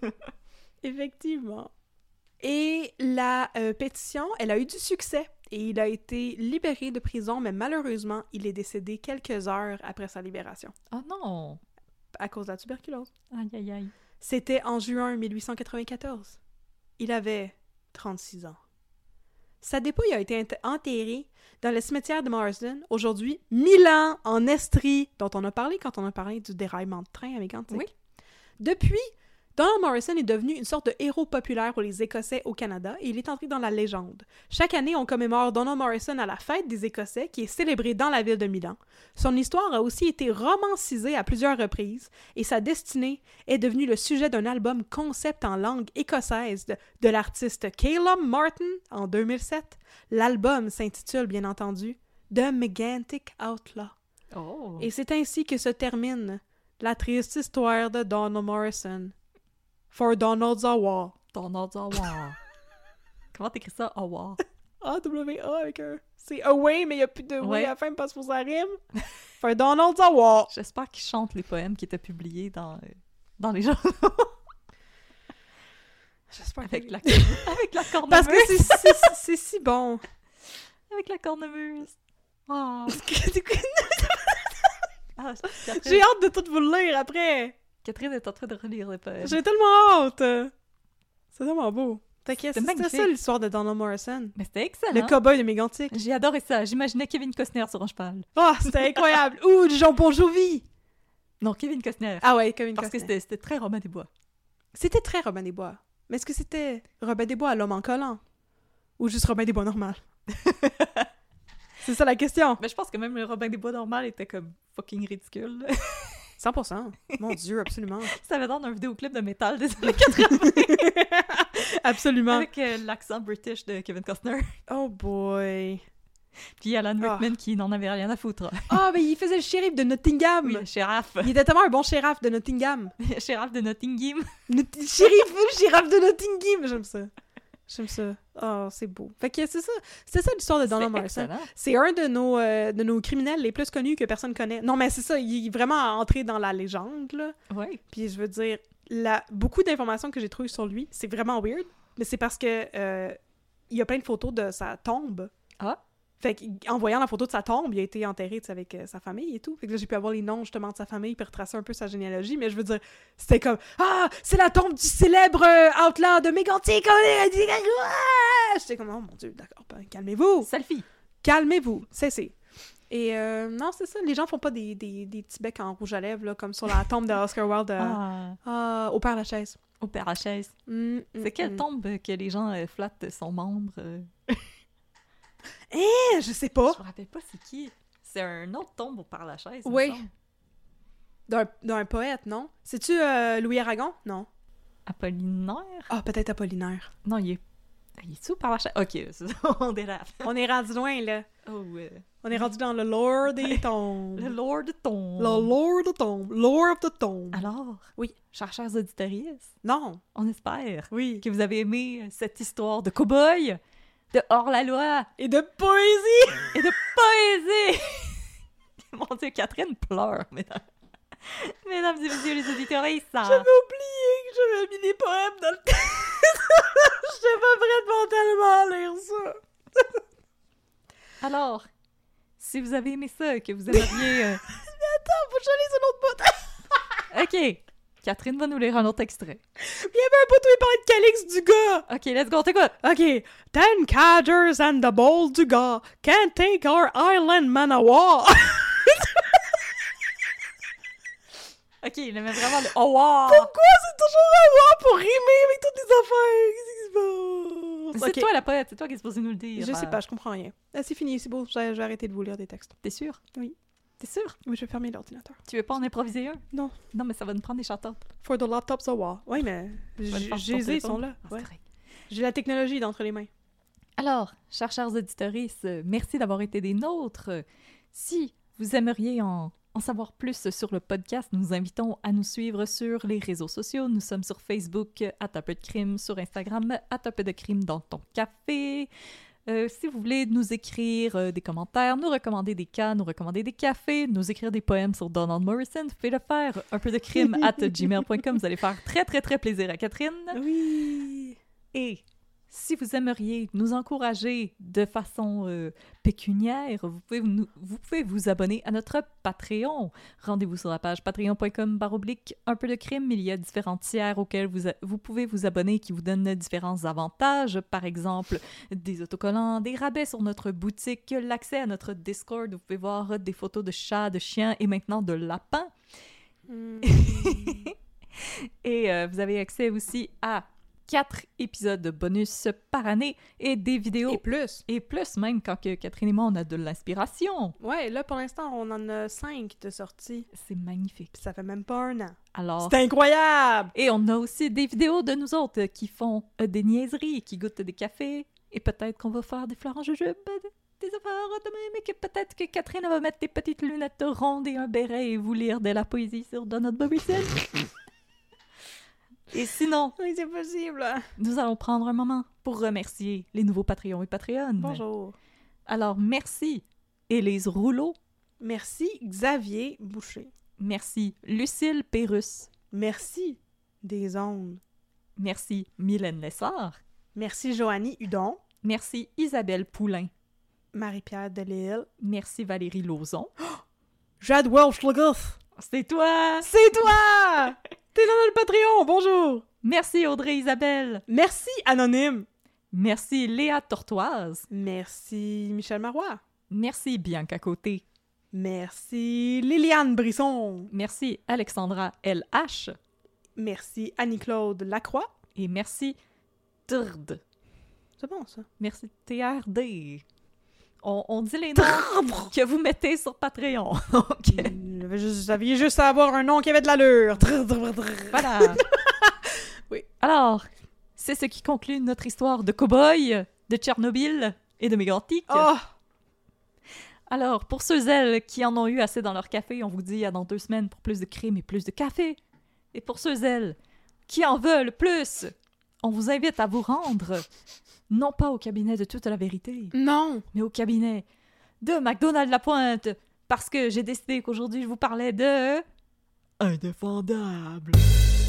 Effectivement. Et la euh, pétition, elle a eu du succès et il a été libéré de prison, mais malheureusement, il est décédé quelques heures après sa libération. Oh non! À cause de la tuberculose. Aïe, aïe, aïe. C'était en juin mille huit cent quatre-vingt-quatorze. Il avait trente-six ans. Sa dépouille a été enterrée dans le cimetière de Marsden, aujourd'hui, mille ans en Estrie, dont on a parlé quand on a parlé du déraillement de train à Mégantic. Oui. Depuis, Donald Morrison est devenu une sorte de héros populaire pour les Écossais au Canada et il est entré dans la légende. Chaque année, on commémore Donald Morrison à la fête des Écossais qui est célébrée dans la ville de Milan. Son histoire a aussi été romancisée à plusieurs reprises et sa destinée est devenue le sujet d'un album concept en langue écossaise de, de l'artiste Calum Martin en deux mille sept. L'album s'intitule bien entendu The Megantic Outlaw. Oh. Et c'est ainsi que se termine la triste histoire de Donald Morrison. For Donald's Awa. Donald's Awa. Comment t'écris ça, Awa? A W A avec un... C'est away, mais il n'y a plus de way Ouais. à la fin parce que ça rime. For Donald's Awa. J'espère qu'il chante les poèmes qui étaient publiés dans, euh, dans les journaux. J'espère Avec que... la, avec la cornemuse. Parce que c'est, c'est, c'est si bon. Avec la cornemuse. Ah. Ah, Catherine, J'ai hâte de tout vous le lire après. Catherine est en train de relire les poèmes. J'ai tellement hâte. C'est tellement beau. Fait que C'était c'était magnifique. ça l'histoire de Donald Morrison. Mais c'était excellent. Le cow-boy de Mégantic. J'ai adoré ça. J'imaginais Kevin Costner sur un cheval. Oh, c'était incroyable. Ouh, du Jean Bon Jovi. Non, Kevin Costner. Ah ouais, comme une Parce que c'était, c'était très Robin des Bois. C'était très Robin des Bois. Mais est-ce que c'était Robin des Bois à l'homme en collant? Ou juste Robin des Bois normal? C'est ça la question. Mais je pense que même le Robin des Bois normal était comme fucking ridicule. cent pour cent. Mon Dieu, absolument. Ça avait dans un vidéoclip de métal des années quatre-vingts. Absolument. Avec euh, l'accent british de Kevin Costner. Oh boy. Puis Alan Ah. Rickman qui n'en avait rien à foutre. Ah, mais il faisait le shérif de Nottingham. Oui, le shérif. Il était tellement un bon shérif de Nottingham. Le shérif de Nottingham. Not- shérif, le shérif de Nottingham. J'aime ça. J'aime ça. Oh, c'est beau. Fait que c'est ça. C'est ça l'histoire de Donald C'est Morrison. excellent. C'est un de nos, euh, de nos criminels les plus connus que personne connaît. Non, mais c'est ça. Il est vraiment entré dans la légende, là. Oui. Puis je veux dire, la... beaucoup d'informations que j'ai trouvées sur lui, c'est vraiment weird. Mais c'est parce que euh, il y a plein de photos de sa tombe. Ah. Fait qu'en voyant la photo de sa tombe, il a été enterré tu sais, avec euh, sa famille et tout. Fait que là, j'ai pu avoir les noms justement de sa famille puis retracer un peu sa généalogie. Mais je veux dire, c'était comme ah, c'est la tombe du célèbre euh, outlaw de Mégantic. J'étais comme oh mon Dieu, d'accord, ben, calmez-vous, Selfie. calmez-vous, cessez. Et euh, non, c'est ça, les gens font pas des, des, des petits becs en rouge à lèvres là, comme sur la tombe de Oscar Wilde euh, Ah. ah, au Père Lachaise. Au Père Lachaise. Mm, mm, C'est quelle mm. tombe que les gens euh, flattent son membre? euh? Eh, je sais pas. Je me rappelle pas c'est qui. C'est un autre tombe au Père Lachaise. il me Oui. semble. D'un, d'un poète, non? C'est-tu euh, Louis Aragon? Non. Apollinaire? Ah, peut-être Apollinaire. Non, il est... Il est-tu au Père Lachaise? Ok, c'est ça, on dérape. On est rendu loin, là. Oh, ouais. On est rendu dans le lore des tombes. Le Lord tombe. Le lore de tombes. Lore of the tombes. Alors, Oui. chers chers auditeurs, Non. on espère Oui. que vous avez aimé cette histoire de cow-boy, de hors-la-loi Et de poésie! et de poésie! Mon Dieu, Catherine pleure, mesdames. Mesdames et messieurs les auditeurs, ça... J'avais oublié que j'avais mis des poèmes dans le... J'étais pas prête mentalement à lire ça. Alors, si vous avez aimé ça, que vous aimeriez... euh, Attends, faut que je lise un autre bout. Ok, Catherine va nous lire un autre extrait. Il y avait un bout où il parlait de Calix du gars. Ok, let's go, on t'écoute! OK. Ten cadgers and the bold du gars can't take our island Manawa. Ok, il aimait vraiment le... Oh, wow! Pourquoi c'est toujours un wa pour rimer avec toutes les affaires? Qu'est-ce qui se passe? C'est Ok. toi la poète, c'est toi qui es supposé nous le dire. Je sais euh, pas, je comprends rien. Ah, c'est fini, c'est beau. J'ai j'ai arrêté de vous lire des textes. T'es sûr? Oui. T'es sûr? Oui, je vais fermer l'ordinateur. Tu veux pas en improviser un? Non. Non, mais ça va nous prendre des chanteurs. For the laptops awa. Oui, mais j'ai j'ai les sont là. Ah, c'est Ouais. correct. J'ai la technologie d'entre les mains. Alors, chers, chers auditeurs, merci d'avoir été des nôtres. Si vous aimeriez en, en savoir plus sur le podcast, nous vous invitons à nous suivre sur les réseaux sociaux. Nous sommes sur Facebook, à un peu de crime, sur Instagram, à un peu de crime dans ton café. Euh, si vous voulez nous écrire euh, des commentaires, nous recommander des cas, nous recommander des cafés, nous écrire des poèmes sur Donald Morrison, vous pouvez le faire. Un peu de crime at gmail point com. Vous allez faire très, très, très plaisir à Catherine. Oui. Et si vous aimeriez nous encourager de façon euh, pécuniaire, vous pouvez, nous, vous pouvez vous abonner à notre Patreon. Rendez-vous sur la page patreon point com barre oblique un peu de crime. Il y a différents tiers auxquels vous, a- vous pouvez vous abonner qui vous donnent différents avantages. Par exemple, des autocollants, des rabais sur notre boutique, l'accès à notre Discord. Vous pouvez voir des photos de chats, de chiens et maintenant de lapins. Mm. Et euh, vous avez accès aussi à quatre épisodes de bonus par année et des vidéos. Et plus. Et plus, même quand que Catherine et moi, on a de l'inspiration. Ouais, là, pour l'instant, on en a cinq de sorties. C'est magnifique. Puis ça fait même pas un an. Alors... C'est incroyable! Et on a aussi des vidéos de nous autres qui font euh, des niaiseries, qui goûtent des cafés. Et peut-être qu'on va faire des fleurs en jujube, des affaires de même, et que peut-être que Catherine va mettre des petites lunettes rondes et un béret et vous lire de la poésie sur Donald Bobbyson. Et sinon, Oui, c'est possible. nous allons prendre un moment pour remercier les nouveaux Patreons et Patreonnes. Bonjour. Alors, merci Élise Rouleau. Merci Xavier Boucher. Merci Lucille Pérusse. Merci Des Ondes. Merci Mylène Lessard. Merci Joanie Hudon. Merci Isabelle Poulain. Marie-Pierre Delisle. Merci Valérie Lauzon. Jade Welch-Legoff. C'est toi! C'est toi! T'es dans le Patreon, bonjour! Merci Audrey Isabelle. Merci Anonyme. Merci Léa Tortoise. Merci Michel Marois. Merci Bianca Côté. Merci Liliane Brisson. Merci Alexandra L H. Merci Annie-Claude Lacroix. Et merci Trd. C'est bon, ça. Merci T R D. On, on dit les noms que vous mettez sur Patreon. Donc, J'avais juste, vous aviez juste à avoir un nom qui avait de l'allure. voilà. Oui. Alors, c'est ce qui conclut notre histoire de cow-boy, de Tchernobyl et de Mégantic. Oh! Alors, pour ceux elles qui en ont eu assez dans leur café, on vous dit à dans deux semaines pour plus de crime et plus de café. Et pour ceux elles qui en veulent plus, on vous invite à vous rendre, non pas au cabinet de toute la vérité, Non! mais au cabinet de McDonald Lapointe, parce que j'ai décidé qu'aujourd'hui je vous parlais de... Indéfendable.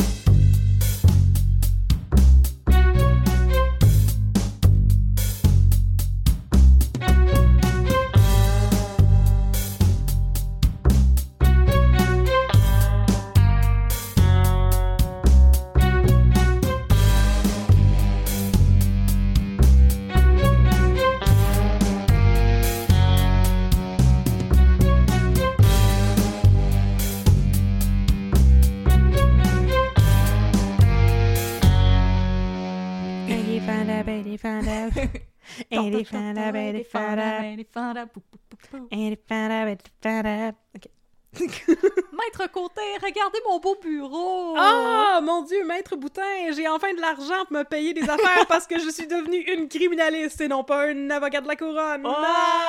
Ok. Maître Côté, regardez mon beau bureau! Ah, mon Dieu, Maître Boutin, j'ai enfin de l'argent pour me payer des affaires parce que je suis devenue une criminaliste et non pas un avocat de la couronne. Oh!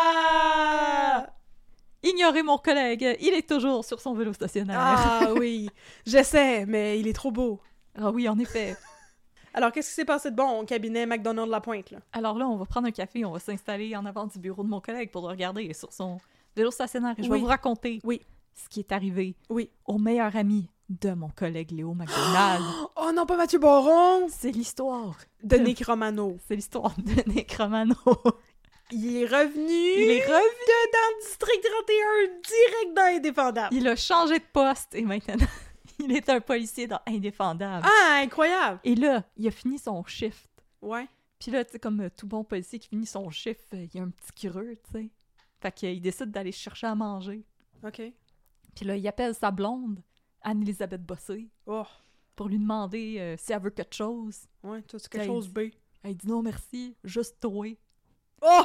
Ah! Ignorez mon collègue, il est toujours sur son vélo stationnaire. Ah oui, j'essaie, mais il est trop beau. Ah oui, en effet. Alors, qu'est-ce qui s'est passé de bon au cabinet McDonald Lapointe, là? Alors là, on va prendre un café, on va s'installer en avant du bureau de mon collègue pour le regarder sur son vélo stationnaire. Et je vais Oui. vous raconter Oui. ce qui est arrivé Oui. au meilleur ami de mon collègue Léo McDonald. Oh non, pas Mathieu Baron! C'est l'histoire De Nick Romano. C'est l'histoire de Nick Romano. Il est revenu... Il est revenu. dans le District trente et un, direct dans Indéfendable. Il a changé de poste et maintenant, il est un policier dans Indéfendable. Ah, incroyable! Et là, il a fini son shift. Ouais. Puis là, tu sais, comme euh, tout bon policier qui finit son shift, euh, il y a un petit creux, tu sais. Fait qu'il décide d'aller chercher à manger. OK. Puis là, il appelle sa blonde, Anne-Elisabeth Bossé, Oh, pour lui demander euh, si elle veut quelque chose. ouais, toi, c'est quelque Là, il chose dit- B. Elle dit non merci, juste toi. Oh,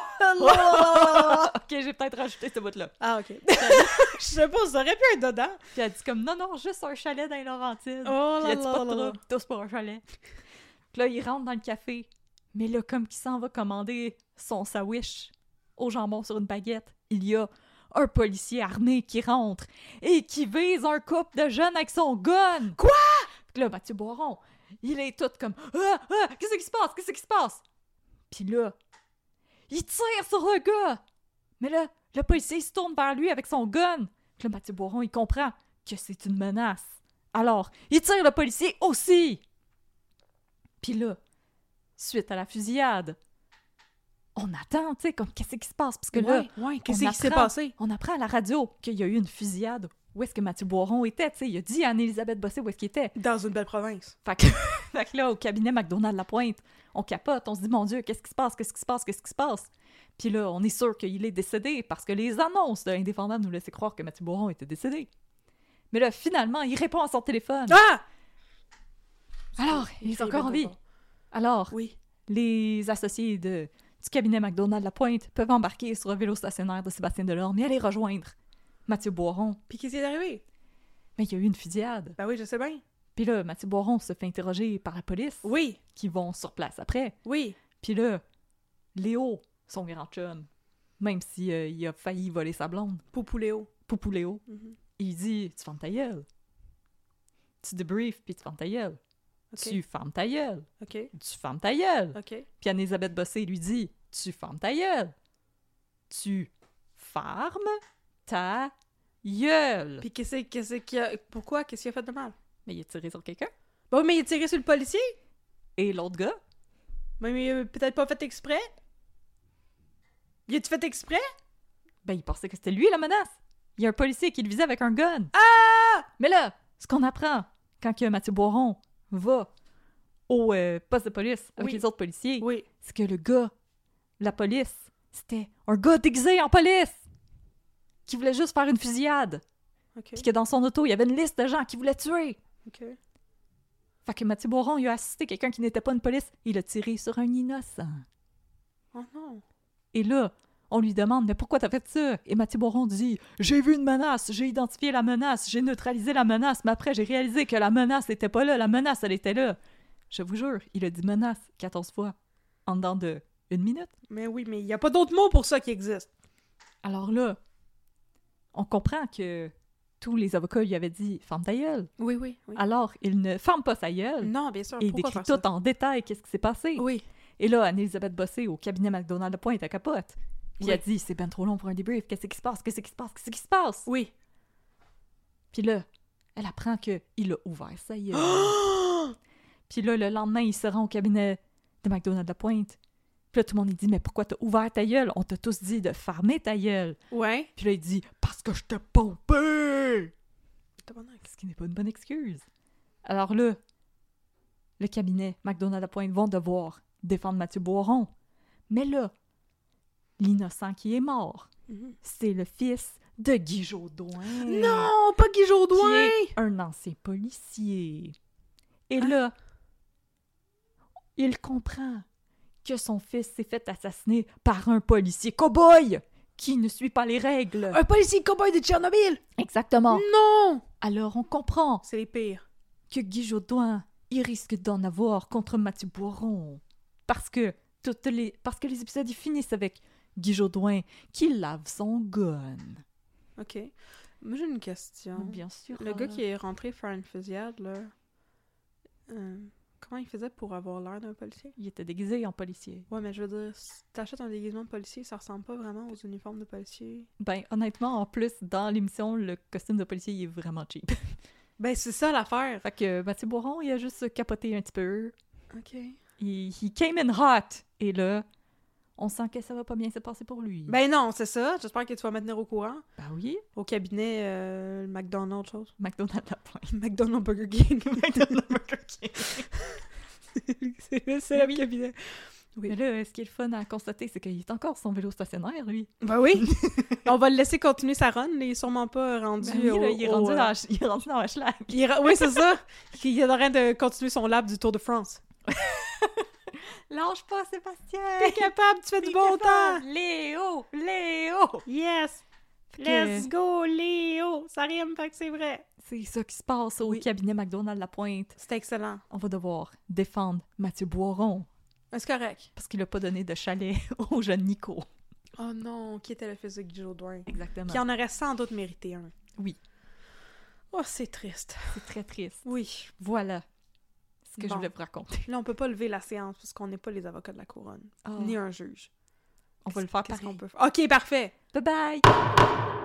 là! Ok, j'ai peut-être rajouté ce bout-là. Ah, OK. Je sais pas, ça aurait pu être dedans. Puis elle dit comme non, non, juste un chalet dans les Laurentides. Oh Puis là elle dit là pas de là là. trouble, tous pour un chalet. Puis là, il rentre dans le café. Mais là, comme qu'il s'en va commander son sandwich au jambon sur une baguette, il y a un policier armé qui rentre et qui vise un couple de jeunes avec son gun. Quoi? Puis là, Mathieu Boiron, il est tout comme ah, ah, qu'est-ce qui se passe? Qu'est-ce qui se passe? Puis là, il tire sur le gars. Mais là, le policier il se tourne vers lui avec son gun. Puis là, Mathieu Boiron, il comprend que c'est une menace. Alors, il tire le policier aussi. Puis là, suite à la fusillade, on attend, tu sais, comme qu'est-ce qui se passe? Parce que là, Ouais, ouais, on qu'est-ce qui s'est apprend- passé? on apprend à la radio qu'il y a eu une fusillade. Où est-ce que Mathieu Boiron était, tu sais? Il a dit à Anne-Élisabeth Bossé où est-ce qu'il était. Dans une belle province. Fait que, fait que là, au cabinet McDonald Lapointe, on capote, on se dit, mon Dieu, qu'est-ce qui se passe, qu'est-ce qui se passe, qu'est-ce qui se passe? Puis là, on est sûr qu'il est décédé parce que les annonces de Indéfendable nous laissaient croire que Mathieu Boiron était décédé. Mais là, finalement, il répond à son téléphone. Ah! Alors, il est encore en vie. Pas. Alors, Oui. les associés de, du cabinet McDonald Lapointe peuvent embarquer sur un vélo stationnaire de Sébastien Delorme et aller rejoindre Mathieu Boiron. Puis qu'est-ce qui est arrivé? Mais il y a eu une fusillade. Ben oui, je sais bien. Puis là, Mathieu Boiron se fait interroger par la police. Oui. Qui vont sur place après. Oui. Puis là, Léo, son grand chum, même s'il si, euh, a failli voler sa blonde, Poupou Léo. Poupou Léo, Mm-hmm. il dit « Tu fermes ta gueule. » Tu débriefes, puis tu fermes ta gueule. OK. Tu fermes ta gueule. OK. Tu fermes ta gueule. OK. Puis Anne-Elisabeth Bossé lui dit « Tu fermes ta gueule. Tu fermes ta gueule. » Puis qu'est-ce qu'est-ce qu'il a... Pourquoi? Qu'est-ce qu'il a fait de mal? Mais il a tiré sur quelqu'un. Bon, mais il a tiré sur le policier? Et l'autre gars, Mais, mais il a peut-être pas fait exprès? Il a-tu fait exprès? ben il pensait que c'était lui la menace. Il y a un policier qui le visait avec un gun. Ah! Mais là, ce qu'on apprend quand que Mathieu Boiron va au euh, poste de police avec Oui. les autres policiers, Oui. c'est que le gars, la police, c'était un gars déguisé en police qui voulait juste faire une fusillade. OK. Puis que dans son auto, il y avait une liste de gens qui voulaient tuer. OK. Fait que Mathieu Boiron, il a assisté quelqu'un qui n'était pas une police. Il a tiré sur un innocent. Oh non. Et là, on lui demande « Mais pourquoi t'as fait ça? » Et Mathieu Boiron dit « J'ai vu une menace, j'ai identifié la menace, j'ai neutralisé la menace, mais après j'ai réalisé que la menace n'était pas là, la menace, elle était là. » Je vous jure, il a dit « menace » quatorze fois, en dedans de une minute. Mais oui, mais il y a pas d'autre mot pour ça qui existe. Alors là, on comprend que tous les avocats lui avaient dit « Ferme ta gueule. Oui, oui, oui. » Alors, il ne ferme pas sa gueule. Non, bien sûr. Et il Pourquoi décrit faire tout ça? en détail qu'est-ce qui s'est passé. Oui. Et là, Anne-Elisabeth Bossé, au cabinet McDonald de Pointe, à capote. Puis Oui. elle dit, c'est ben trop long pour un débrief. Qu'est-ce qui se passe? Qu'est-ce qui se passe? Qu'est-ce qui se passe? Oui. Puis là, elle apprend qu'il a ouvert sa gueule. Puis là, le lendemain, il se rend au cabinet de McDonald de Pointe. Puis là, tout le monde, il dit, mais pourquoi t'as ouvert ta gueule? On t'a tous dit de fermer ta gueule. Ouais. Puis là, il dit, parce que je t'ai pompé! Tabarnak. Ce qui n'est pas une bonne excuse. Alors là, le cabinet McDonald de Pointe vont devoir défendre Mathieu Boiron. Mais là, l'innocent qui est mort, Mhm. c'est le fils de Guy Jodoin. Non, pas Guy Jodoin! Qui est un ancien policier. Et là, il comprend que son fils s'est fait assassiner par un policier cow-boy qui ne suit pas les règles. Un policier cow-boy de Tchernobyl! Exactement. Non! Alors on comprend C'est les pires. que Guy Jodoin, il risque d'en avoir contre Mathieu Boiron. Parce que, toutes les, parce que les épisodes ils finissent avec Guy Jodoin qui lave son gun. OK. Moi, j'ai une question. Bien sûr. Le gars qui est rentré faire une fusillade, là... euh, comment il faisait pour avoir l'air d'un policier? Il était déguisé en policier. Ouais, mais je veux dire, si t'achètes un déguisement de policier, ça ressemble pas vraiment aux uniformes de policier. Ben, honnêtement, en plus, dans l'émission, le costume de policier, il est vraiment cheap. Ben, c'est ça l'affaire! Fait que Mathieu Boiron, il a juste capoté un petit peu. OK. Il he came in hot. Et là, on sent que ça va pas bien se passer pour lui. Ben non, c'est ça. J'espère que tu vas me tenir au courant. Ben oui. Au cabinet, euh, McDonald's, chose. McDonald's la pointe. McDonald's Burger King. McDonald's Burger King. c'est le seul Oui. cabinet. Oui. Mais là, ce qui est le fun à constater, c'est qu'il est encore sur son vélo stationnaire, lui. Ben oui! On va le laisser continuer sa run. Il est sûrement pas rendu Ben oui, au... là, il, est au, rendu euh, dans, la- il est rendu dans la schlag. il est ra- Oui, c'est ça! Il est en train de continuer son lap du Tour de France. Lâche pas, Sébastien! T'es capable, tu fais T'es du bon capable! temps! Léo! Léo! Yes! Fait Let's que go, Léo! Ça rime, fait que c'est vrai. C'est ça qui se passe au Oui. cabinet McDonald La Pointe. C'était excellent. On va devoir défendre Mathieu Boiron Mais c'est correct. parce qu'il a pas donné de chalet au jeune Nico. Oh non, qui était le fils de Guy Jodoin? Exactement. Qui en aurait sans doute mérité un. Oui, Oh, c'est triste. c'est très triste. Oui. Voilà ce que je Bon. voulais vous raconter. Là, on peut pas lever la séance parce qu'on n'est pas les avocats de la couronne. Oh, Ni un juge. on va le faire Qu'est-ce pareil. qu'on peut faire? OK, parfait! Bye bye!